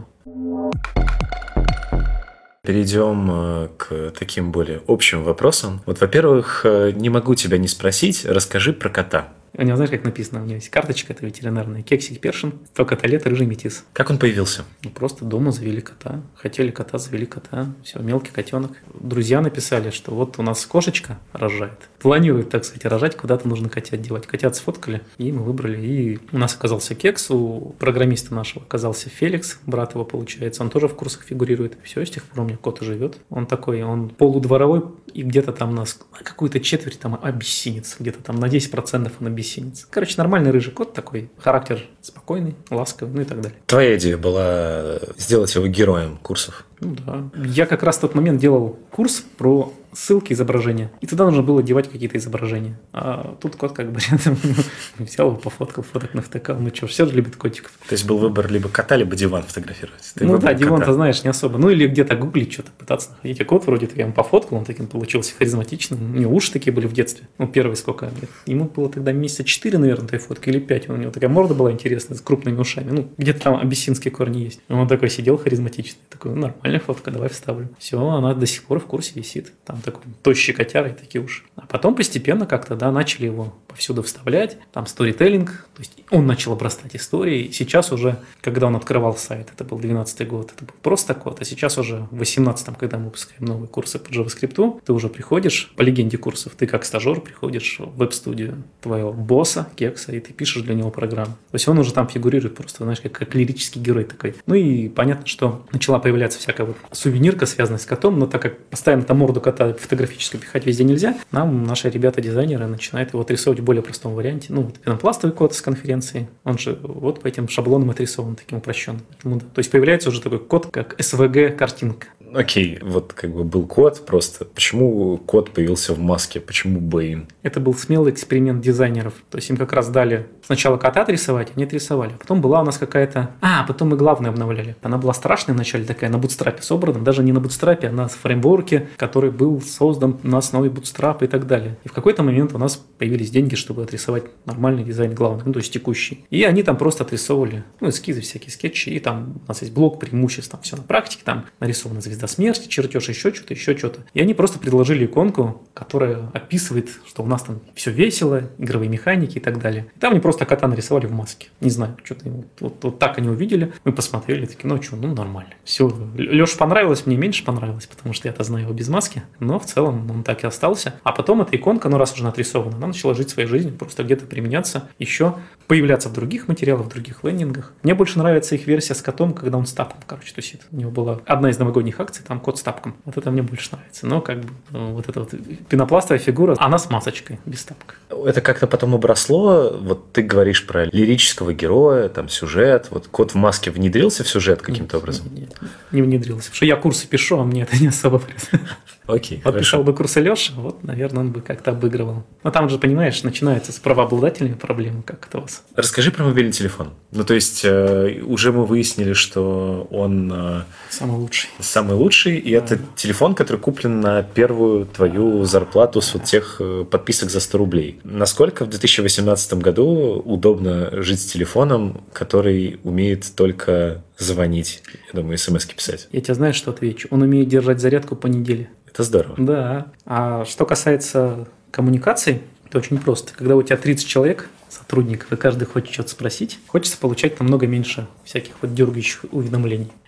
Перейдем к таким более общим вопросам. Вот, во-первых, не могу тебя не спросить, расскажи про кота. У него, знаешь, как написано, у него есть карточка, это ветеринарная, кексик Першин, сто кота лет, рыжий метис. Как он появился? Ну, просто дома завели кота, хотели кота, завели кота, все, мелкий котенок. Друзья написали, что вот у нас кошечка рожает, планирует, так сказать, рожать, куда-то нужно котят девать. Котят сфоткали, и мы выбрали, и у нас оказался кекс, у программиста нашего оказался Феликс, брат его, получается, он тоже в курсах фигурирует. Все, с тех пор у меня кот и живет. Он такой, он полудворовой, и где-то там у нас какую-то четверть там абиссинец, где-то там на десять процентов он абиссинец. Короче, нормальный рыжий кот такой, характер спокойный, ласковый, ну и так далее. Твоя идея была сделать его героем курсов? Ну да. Я как раз в тот момент делал курс про ссылки, изображения. И туда нужно было девать какие-то изображения. А тут кот как бы рядом взял его, пофоткал, фоток навтыкал. Ну что, все же любят котиков. То есть был выбор либо кота, либо диван фотографировать. Ты ну да, диван-то, знаешь, не особо. Ну или где-то гуглить что-то, пытаться находить. А кот вроде я ему пофоткал, он таким получился харизматичным. У него уши такие были в детстве. Ну первые сколько лет. Ему было тогда месяца четыре, наверное, той фотки, или пять. У него такая морда была интересная, с крупными ушами. Ну где-то там абиссинские корни есть. И он такой сидел харизматичный. Такой, ну, нормальная фотка, давай вставлю. Все, она до сих пор в курсе висит. Там такой тощий котяра и такие уши. А потом постепенно как-то, да, начали его повсюду вставлять. Там сторителлинг, то есть он начал обрастать историей. Сейчас уже, когда он открывал сайт, это был двенадцатый год, это был просто код. А сейчас уже в восемнадцатом, когда мы выпускаем новые курсы по JavaScript, ты уже приходишь, по легенде курсов, ты как стажер приходишь в веб-студию твоего босса, Кекса, и ты пишешь для него программу. То есть он уже там фигурирует просто, знаешь, как, как лирический герой такой. Ну и понятно, что начала появляться всякая вот сувенирка, связанная с котом, но так как постоянно там морду кота фотографически пихать везде нельзя, нам наши ребята-дизайнеры начинают его отрисовывать в более простом варианте. Ну, вот пенопластовый код с конференции, он же вот по этим шаблонам отрисован, таким упрощенным. Поэтому, да. То есть появляется уже такой код, как эс ви джи-картинка. Окей, вот как бы был код просто. Почему код появился в маске? Почему Бэйн? Это был смелый эксперимент дизайнеров. То есть им как раз дали сначала кота отрисовать, они отрисовали. А потом была у нас какая-то... А, потом мы главное обновляли. Она была страшная вначале, такая на бутстрапе собрана. Даже не на бутстрапе, а на фреймворке, который был создан на основе бутстрапа и так далее. И в какой-то момент у нас появились деньги, чтобы отрисовать нормальный дизайн главный, ну, то есть текущий. И они там просто отрисовывали, ну, эскизы, всякие скетчи. И там у нас есть блок преимуществ, там все на практике, там нарисована звезда смерти, чертеж, еще что-то, еще что-то. И они просто предложили иконку, которая описывает, что у нас там все весело, игровые механики и так далее. И там они просто кота нарисовали в маске. Не знаю, что-то вот, вот, вот так они увидели. Мы посмотрели, такие, ну что, ну нормально. Все. Леше понравилось, мне меньше понравилось, потому что я-то знаю его без маски. Но в целом он так и остался. А потом эта иконка, ну раз уже нарисована, она начала жить своей жизнью, просто где-то применяться, еще появляться в других материалах, в других лендингах. Мне больше нравится их версия с котом, когда он с тапком, короче, тусит. У него была одна из новогодних акций, там кот с тапком. Вот это мне больше нравится. Но как бы вот эта вот пенопластовая фигура, она с масочкой, без тапка. Это как-то потом обросло. Вот ты говоришь про лирического героя, там сюжет. Вот кот в маске внедрился в сюжет каким-то нет, образом? Нет, не внедрился. Потому что я курсы пишу, а мне это не особо прет. Окей, вот писал бы курсы Леша, вот, наверное, он бы как-то обыгрывал. Но там же, понимаешь, начинается с правообладательными проблемами, как это у вас. Расскажи про мобильный телефон. Ну, то есть, э, уже мы выяснили, что он... Э, самый лучший. Самый лучший, и да. Это телефон, который куплен на первую твою зарплату с вот тех подписок за сто рублей. Насколько в две тысячи восемнадцатом году удобно жить с телефоном, который умеет только звонить, я думаю, смс-ки писать? Я тебе знаешь, что отвечу? Он умеет держать зарядку по неделе. Это здорово. Да. А что касается коммуникаций, это очень просто. Когда у тебя тридцать человек, сотрудников, и каждый хочет что-то спросить, хочется получать намного меньше всяких вот дергающих уведомлений.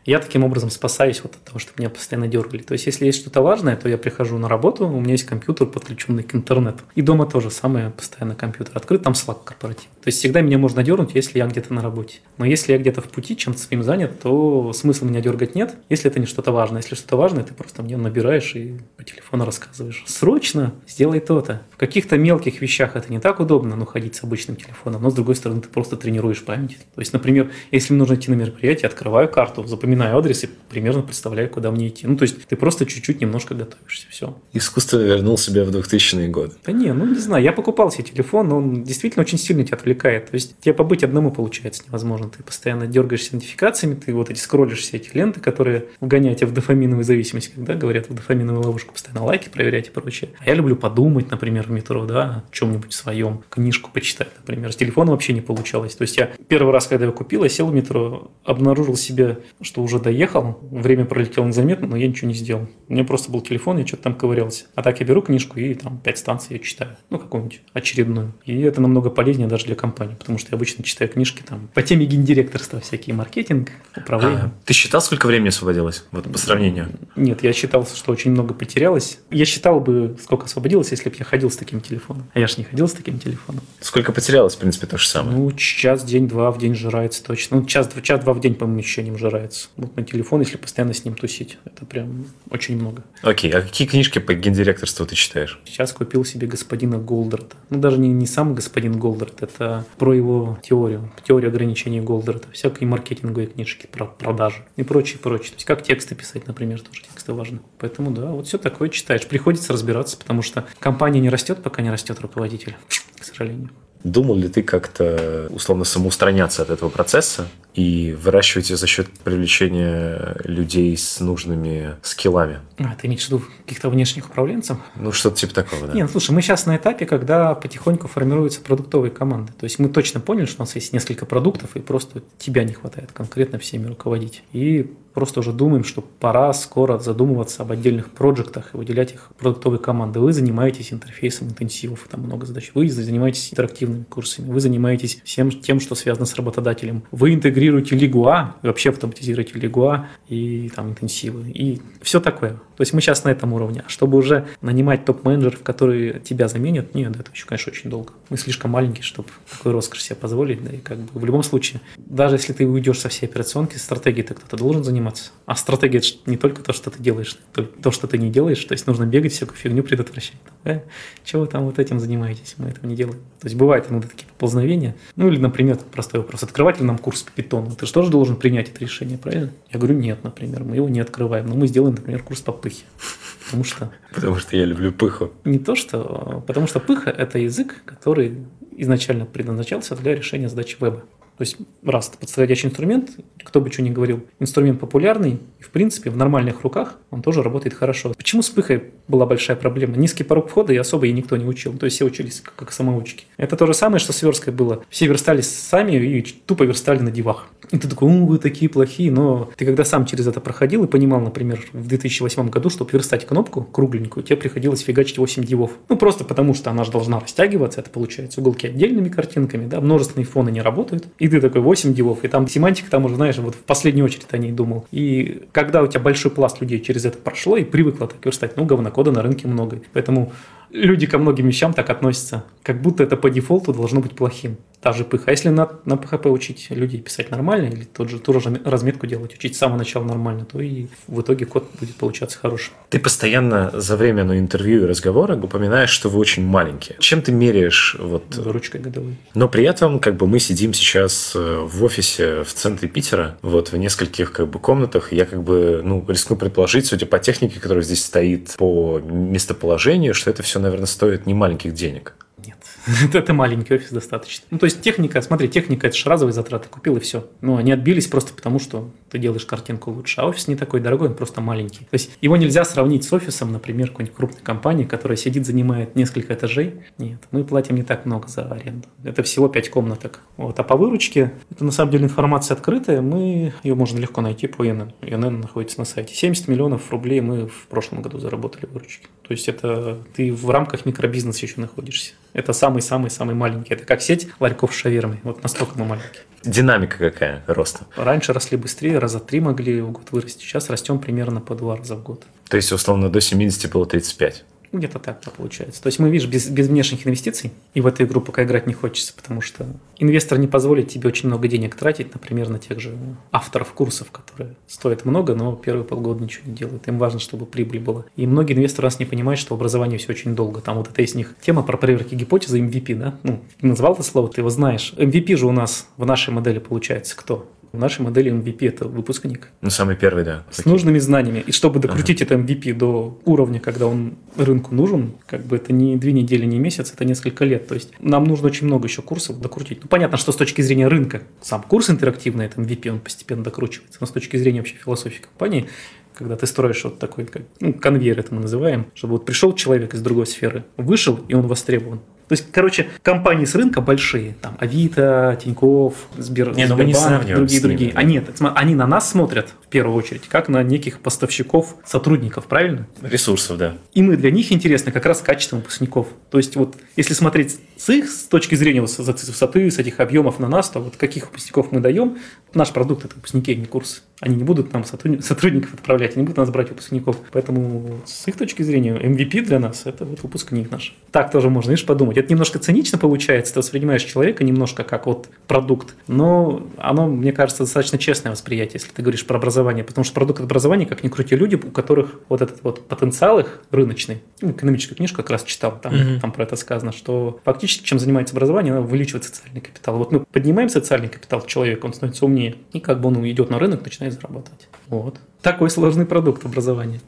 Я таким образом спасаюсь вот от того, чтобы меня постоянно дергали. То есть, если есть что-то важное, то я прихожу на работу, у меня есть компьютер, подключенный к интернету. И дома тоже самое, постоянно компьютер открыт, там Slack корпоратив. То есть, всегда меня можно дернуть, если я где-то на работе. Но если я где-то в пути, чем-то своим занят, то смысла меня дергать нет, если это не что-то важное. Если что-то важное, ты просто мне набираешь и по телефону рассказываешь. Срочно сделай то-то. В каких-то мелких вещах это не так удобно, ну, ходить с обычным телефоном, но, с другой стороны, ты просто тренируешь память. То есть, например, если мне нужно идти на мероприятие, открываю карту, запоминаю адрес и примерно представляю, куда мне идти. Ну, то есть, ты просто чуть-чуть немножко готовишься, все. Искусство вернул себя в двухтысячные годы. Да не, ну, не знаю, я покупал себе телефон, но он действительно очень сильно тебя отвлекает. То есть, тебе побыть одному получается невозможно. Ты постоянно дергаешься нотификациями, ты вот эти скроллишь все эти ленты, которые вгоняют тебя в дофаминовую зависимость, когда говорят в дофаминовую ловушку, постоянно лайки проверять и прочее. А я люблю подумать, например, в метро, да, о чем-нибудь своем, книжку почитать, например. С телефона вообще не получалось. То есть, я первый раз, когда его купил, я сел в метро, обнаружил себе, что уже доехал, время пролетело незаметно, но я ничего не сделал. У меня просто был телефон, я что-то там ковырялся. А так я беру книжку и там пять станций я читаю. Ну, какую-нибудь очередную. И это намного полезнее даже для компании, потому что я обычно читаю книжки там по теме гендиректорства, всякие маркетинг, управление. А, ты считал, сколько времени освободилось? Вот по сравнению. Нет, я считал, что очень много потерялось. Я считал бы, сколько освободилось, если бы я ходил с таким телефоном. А я же не ходил с таким телефоном. Сколько потерялось, в принципе, то же самое? Ну, час, день, два в день жирается точно. Ну, час, час, два в день, по-моему, еще не жирается. Вот на телефон, если постоянно с ним тусить, это прям очень много. Окей, а какие книжки по гендиректорству ты читаешь? Сейчас купил себе господина Голдрата. Ну, даже не, не сам господин Голдрат, это про его теорию, теорию ограничений Голдрата. Всякие маркетинговые книжки про продажи и прочее, прочее. То есть, как тексты писать, например, тоже тексты важны. Поэтому, да, вот все такое читаешь. Приходится разбираться, потому что компания не растет, пока не растет руководитель, к сожалению. Думал ли ты как-то условно самоустраняться от этого процесса и выращивать ее за счет привлечения людей с нужными скиллами? А, ты имеешь в виду каких-то внешних управленцев? Ну, что-то типа такого, да. Нет, слушай, мы сейчас на этапе, когда потихоньку формируются продуктовые команды. То есть мы точно поняли, что у нас есть несколько продуктов, и просто тебя не хватает конкретно всеми руководить. И просто уже думаем, что пора скоро задумываться об отдельных проектах и выделять их в продуктовые команды. Вы занимаетесь интерфейсом интенсивов, там много задач. Вы занимаетесь интерактивными курсами. Вы занимаетесь всем тем, что связано с работодателем. Вы интегрируете Лигуа, вообще автоматизируете Лигуа и там интенсивы. И все такое. То есть мы сейчас на этом уровне. А чтобы уже нанимать топ-менеджеров, которые тебя заменят, нет, это еще, конечно, очень долго. Мы слишком маленькие, чтобы такой роскошь себе позволить. Да, и как бы в любом случае, даже если ты уйдешь со всей операционки, стратегией-то кто-то должен заниматься. А стратегия – это не только то, что ты делаешь, то, что ты не делаешь. То есть нужно бегать, всякую фигню предотвращать. Э, чего вы там вот этим занимаетесь? Мы этого не делаем. То есть бывают иногда такие поползновения. Ну или, например, простой вопрос. Открывать ли нам курс по питону? Ты же тоже должен принять это решение, правильно? Я говорю, нет, например. Мы его не открываем. Но мы сделаем, например, курс по пыхе. Потому что... Потому что я люблю пыху. Не то, что... Потому что пыха – это язык, который изначально предназначался для решения задач веба. То есть, раз это подходящий инструмент, кто бы что ни говорил, инструмент популярный, и, в принципе, в нормальных руках он тоже работает хорошо. Почему с пыхой была большая проблема? Низкий порог входа, и особо ей никто не учил. То есть, все учились как, как самоучки. Это то же самое, что с версткой было. Все верстали сами и тупо верстали на дивах. И ты такой, вы такие плохие, но ты когда сам через это проходил и понимал, например, в две тысячи восьмом году, чтобы верстать кнопку кругленькую, тебе приходилось фигачить восемь дивов. Ну, просто потому, что она же должна растягиваться, это получается уголки отдельными картинками, да, множественные фоны не работают. И ты такой восемь дивов, и там семантика, там уже, знаешь, вот в последнюю очередь о ней думал. И когда у тебя большой пласт людей через это прошло и привыкло так верстать, ну, говнокода на рынке много. Поэтому люди ко многим вещам так относятся, как будто это по дефолту должно быть плохим. Та же пыха. А если на, на пэ хэ пэ учить людей писать нормально, или тот же, ту же разметку делать, учить с самого начала нормально, то и в итоге код будет получаться хорошим. Ты постоянно за время ну, интервью и разговора упоминаешь, что вы очень маленькие. Чем ты меряешь? Вот... Ручкой годовой. Но при этом как бы мы сидим сейчас в офисе в центре Питера, вот в нескольких как бы комнатах. Я как бы ну, рискну предположить, судя по технике, которая здесь стоит, по местоположению, что это все, наверное, стоит не маленьких денег. Нет. Это маленький офис достаточно. Ну, то есть техника, смотри, техника – это же разовые затраты, купил и все. Но они отбились просто потому, что ты делаешь картинку лучше. А офис не такой дорогой, он просто маленький. То есть его нельзя сравнить с офисом, например, какой-нибудь крупной компании, которая сидит, занимает несколько этажей. Нет, мы платим не так много за аренду. Это всего пять комнаток. Вот. А по выручке, это на самом деле информация открытая, мы, ее можно легко найти по эн эн. эн эн находится на сайте. семьдесят миллионов рублей мы в прошлом году заработали выручки. То есть это ты в рамках микробизнеса еще находишься. Это самый-самый-самый маленький. Это как сеть ларьков с шавермой. Вот настолько мы маленькие. Динамика какая роста? Раньше росли быстрее, раза три могли в год вырасти. Сейчас растем примерно по два раза в год. То есть, условно, до семидесяти было тридцать пять? Где-то так да, получается. То есть мы, видишь, без, без внешних инвестиций, и в эту игру пока играть не хочется, потому что инвестор не позволит тебе очень много денег тратить, например, на тех же авторов курсов, которые стоят много, но первые полгода ничего не делают. Им важно, чтобы прибыль была. И многие инвесторы нас не понимают, что в образовании все очень долго. Там вот это из них тема про проверки гипотезы эм ви пи, да? Ну, назвал это слово, ты его знаешь. эм ви пи же у нас в нашей модели получается кто? В нашей модели эм ви пи – это выпускник. Ну, самый первый, да. С Окей. нужными знаниями. И чтобы докрутить ага. это эм ви пи до уровня, когда он рынку нужен, как бы это не две недели, не месяц, это несколько лет. То есть нам нужно очень много еще курсов докрутить. Ну, понятно, что с точки зрения рынка сам курс интерактивный, это эм ви пи, он постепенно докручивается. Но с точки зрения вообще философии компании, когда ты строишь вот такой, как, ну, конвейер это мы называем, чтобы вот пришел человек из другой сферы, вышел, и он востребован. То есть, короче, компании с рынка большие, там, Авито, Тинькофф, Сбер, не, Сбербанк, другие, другие. А нет, они на нас смотрят, в первую очередь, как на неких поставщиков, сотрудников, правильно? Ресурсов, да. И мы для них интересны как раз качеством выпускников. То есть, вот, если смотреть с их с точки зрения высоты, с этих объемов на нас, то вот каких выпускников мы даем, наш продукт – это выпускники, а не курсы. Они не будут нам сотрудников отправлять, они будут нас брать выпускников. Поэтому с их точки зрения эм ви пи для нас – это вот выпускник наш. Так тоже можно, видишь, подумать. Это немножко цинично получается, ты воспринимаешь человека немножко как вот продукт, но оно, мне кажется, достаточно честное восприятие, если ты говоришь про образование, потому что продукт образования, как ни крути, люди, у которых вот этот вот потенциал их рыночный, ну, экономическую книжку как раз читал, там, mm-hmm. там про это сказано, что фактически, чем занимается образование, оно увеличивает социальный капитал. Вот мы поднимаем социальный капитал человека, он становится умнее, и как бы он идет на рынок, начинает зарабатывать. Вот. Такой сложный продукт образования.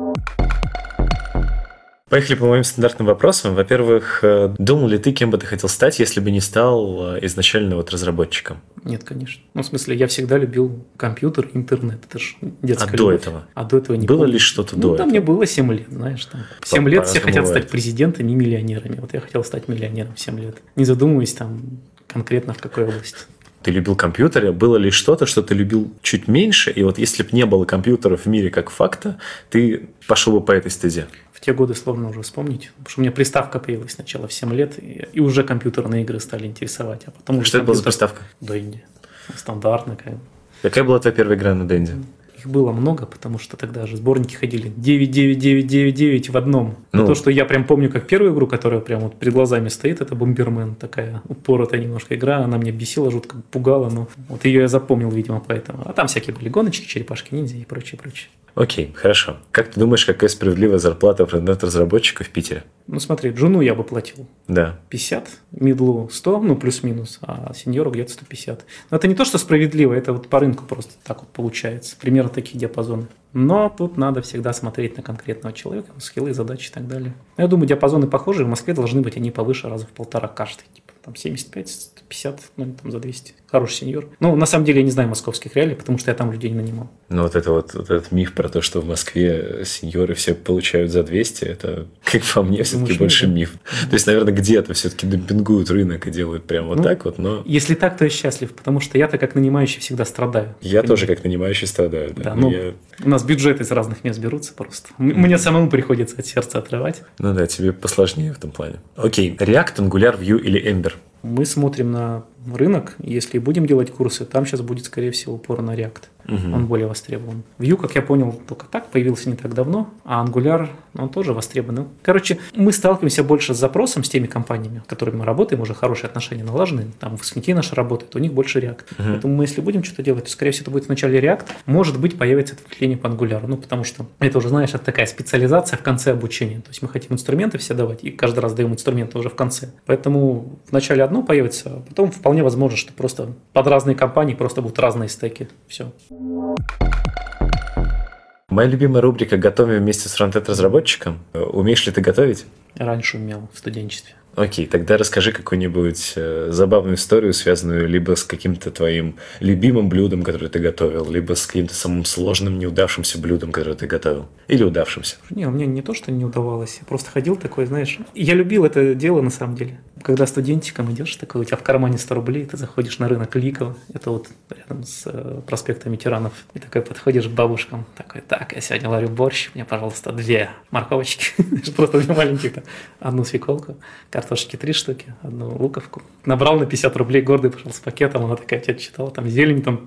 Поехали по моим стандартным вопросам. Во-первых, думал ли ты, кем бы ты хотел стать, если бы не стал изначально вот разработчиком? Нет, конечно. Ну, в смысле, я всегда любил компьютер, интернет. Это же детская А любовь. до этого? А до этого не Было помню. ли что-то ну, до там этого? мне было семь лет, знаешь. Там. В семь лет все хотят бывает. стать президентами и миллионерами. Вот я хотел стать миллионером в семь лет. Не задумываясь там конкретно в какой области. Ты любил компьютеры, было ли что-то, что ты любил чуть меньше, и вот если бы не было компьютеров в мире как факта, ты пошел бы по этой стезе? В те годы сложно уже вспомнить, потому что у меня приставка появилась сначала в семь лет, и, и уже компьютерные игры стали интересовать. А потом что это была за приставка? Денди. Стандартная. Какая. Какая была твоя первая игра на Денди? Их было много, потому что тогда же сборники ходили девять девять девять девять девять в одном. Ну. То, что я прям помню как первую игру, которая прям вот перед глазами стоит, это Бомбермен. Такая упоротая немножко игра, она меня бесила, жутко пугала, но вот ее я запомнил, видимо, поэтому. А там всякие были гоночки, черепашки-ниндзя и прочее, прочее. Окей, хорошо. Как ты думаешь, какая справедливая зарплата фронтенд-разработчика в Питере? Ну смотри, джуну я бы платил. Да. пятьдесят, мидлу сто, ну плюс-минус, а сеньору где-то сто пятьдесят. Но это не то, что справедливо, это вот по рынку просто так вот получается. Примерно такие диапазоны. Но тут надо всегда смотреть на конкретного человека, скиллы, задачи и так далее. Я думаю, диапазоны похожие, в Москве должны быть они повыше раза в полтора каждый. Типа там семьдесят пять, сто пятьдесят, ну там за двести. Хороший сеньор. Ну, на самом деле я не знаю московских реалий, потому что я там людей не нанимал. Ну, вот это вот, вот этот миф про то, что в Москве сеньоры все получают за двести, это, как по мне, все-таки больше да? миф. Mm-hmm. То есть, наверное, где-то все-таки демпингуют рынок и делают прям вот ну, так вот, но... Если так, то я счастлив, потому что я-то как нанимающий всегда страдаю. Я понимаешь? тоже как нанимающий страдаю. Да, да ну, я... у нас бюджеты из разных мест берутся просто. Mm-hmm. Мне самому приходится от сердца отрывать. Ну да, тебе посложнее в этом плане. Окей, React, Angular, Vue или Ember? Мы смотрим на рынок, если будем делать курсы, там сейчас будет, скорее всего, упор на React. Угу. Он более востребован. Vue, как я понял, только так появился не так давно, а Angular, он тоже востребован. Короче, мы сталкиваемся больше с запросом с теми компаниями, с которыми мы работаем, уже хорошие отношения налажены, там выпускники наши работают, у них больше React. Угу. Поэтому мы, если будем что-то делать, то, скорее всего, это будет вначале React, может быть, появится ответвление по Angular, ну, потому что это уже, знаешь, это такая специализация в конце обучения. То есть мы хотим инструменты все давать, и каждый раз даем инструменты уже в конце. Поэтому вначале одно появится, а потом вполне возможно, что просто под разные компании просто будут разные стеки. Все. Моя любимая рубрика «Готовим вместе с фронтенд-разработчиком». Умеешь ли ты готовить? Раньше умел в студенчестве. Окей, тогда расскажи какую-нибудь э, забавную историю, связанную либо с каким-то твоим любимым блюдом, которое ты готовил, либо с каким-то самым сложным, неудавшимся блюдом, которое ты готовил. Или удавшимся. Не, у меня не то, что не удавалось. Я просто ходил такой, знаешь... Я любил это дело, на самом деле. Когда студентиком идешь, такой, у тебя в кармане сто рублей, ты заходишь на рынок Ликово, это вот рядом с э, проспектом ветеранов, и такой подходишь к бабушкам, такой, так, я сегодня варю борщ, мне, пожалуйста, две морковочки, просто две маленьких, одну свеколку, картошки три штуки, одну луковку. Набрал на пятьдесят рублей, гордый пошел с пакетом, она такая тебя читала, там зелень, там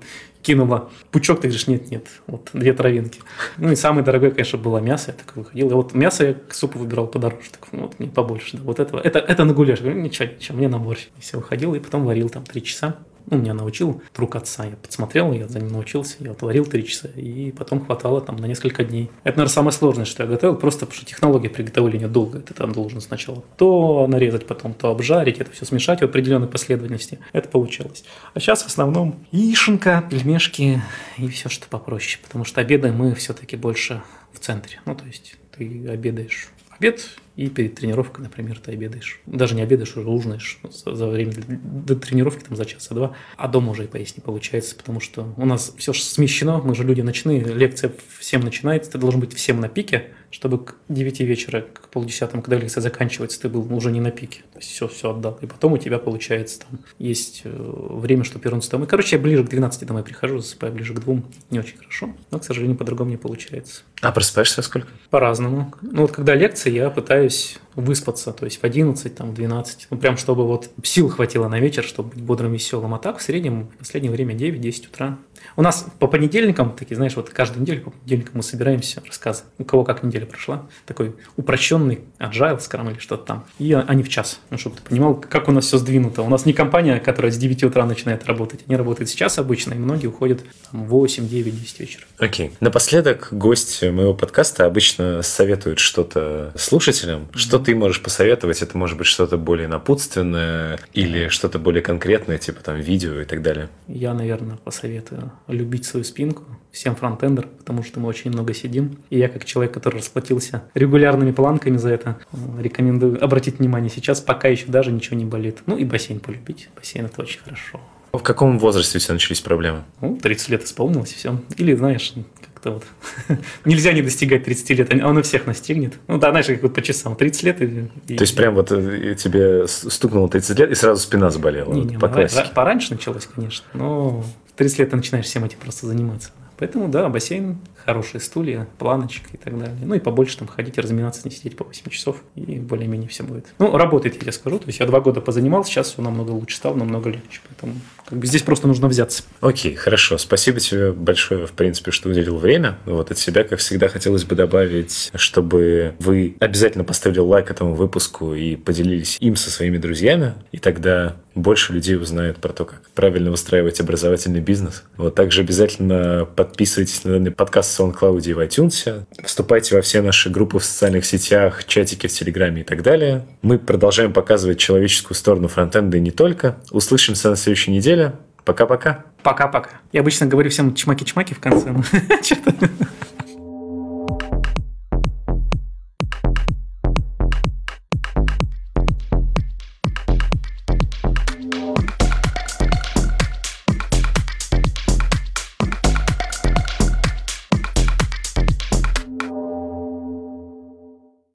кинула пучок, ты говоришь, нет-нет, вот две травинки. Ну и самое дорогое, конечно, было мясо, я так выходил. И вот мясо я к супу выбирал подороже, так, ну, вот мне побольше. Да, вот этого, это, это на гуляш. Говорю, ничего, ничего, мне на борщ. И все, выходил, и потом варил там три часа. Ну, меня научил друг отца, я подсмотрел, я за ним научился, я вот варил три часа, и потом хватало там на несколько дней. Это, наверное, самое сложное, что я готовил, просто потому что технология приготовления долго. Ты там должен сначала то нарезать, потом то обжарить, это все смешать в определенной последовательности. Это получалось. А сейчас в основном яишенка, пельмешки и все, что попроще, потому что обедаем мы все-таки больше в центре. Ну, то есть ты обедаешь обед, и перед тренировкой, например, ты обедаешь. Даже не обедаешь, уже ужинаешь за, за время до тренировки, там, за час-два. А дома уже и поесть не получается, потому что у нас все смещено, мы же люди ночные, лекция в семь начинается, ты должен быть в семь на пике, чтобы к девяти вечера, к полдесятому, когда лекция заканчивается, ты был уже не на пике. То есть все, все отдал. И потом у тебя, получается, там есть время, чтобы вернуться домой. Короче, я ближе к двенадцати домой прихожу, засыпаю ближе к двум. Не очень хорошо, но, к сожалению, по-другому не получается. А просыпаешься во сколько? По-разному. Ну, вот когда лекция, я пытаюсь выспаться, то есть в одиннадцать, там, в двенадцать. Ну, прям чтобы вот сил хватило на вечер, чтобы быть бодрым, веселым. А так, в среднем, в последнее время девять-десять утра. У нас по понедельникам, такие, знаешь, вот каждую неделю по понедельникам мы собираемся, рассказываем, у кого как неделя прошла. Такой упрощенный agile, скрам или что-то там. И они в час. Ну, чтобы ты понимал, как у нас все сдвинуто. У нас не компания, которая с девяти утра начинает работать. Они работают сейчас обычно, и многие уходят там, в восемь, девять, десять вечера. Окей. Напоследок гость моего подкаста обычно советует что-то слушателям. Mm-hmm. Что ты можешь посоветовать? Это может быть что-то более напутственное или что-то более конкретное, типа там видео и так далее. Я, наверное, посоветую любить свою спинку, всем фронтендерам, потому что мы очень много сидим. И я, как человек, который расплатился регулярными планками за это, рекомендую обратить внимание сейчас, пока еще даже ничего не болит. Ну и бассейн полюбить. Бассейн – это очень хорошо. В каком возрасте у тебя начались проблемы? Ну, тридцать лет исполнилось, и все. Или, знаешь, как-то вот нельзя не достигать тридцати лет, а он у всех настигнет. Ну да, знаешь, как вот по часам. тридцать лет. И, То есть прям вот тебе стукнуло тридцать лет, и сразу спина заболела? Не, не, по классике. Пораньше началось, конечно, но в тридцать лет ты начинаешь всем этим просто заниматься. Поэтому, да, бассейн, хорошие стулья, планочка и так далее. Ну и побольше там ходить, разминаться, не сидеть по восемь часов, и более-менее все будет. Ну, работает, я тебе скажу. То есть я два года позанимался, сейчас все намного лучше стало, намного легче. Поэтому как бы здесь просто нужно взяться. Окей, хорошо. Спасибо тебе большое, в принципе, что уделил время. Вот от себя, как всегда, хотелось бы добавить, чтобы вы обязательно поставили лайк этому выпуску и поделились им со своими друзьями, и тогда больше людей узнает про то, как правильно выстраивать образовательный бизнес. Вот также обязательно подписывайтесь на данный подкаст в SoundCloud и в iTunes. Вступайте во все наши группы в социальных сетях, чатики в Телеграме и так далее. Мы продолжаем показывать человеческую сторону фронтенда и не только. Услышимся на следующей неделе. Пока-пока. Пока-пока. Я обычно говорю всем чмаки-чмаки в конце.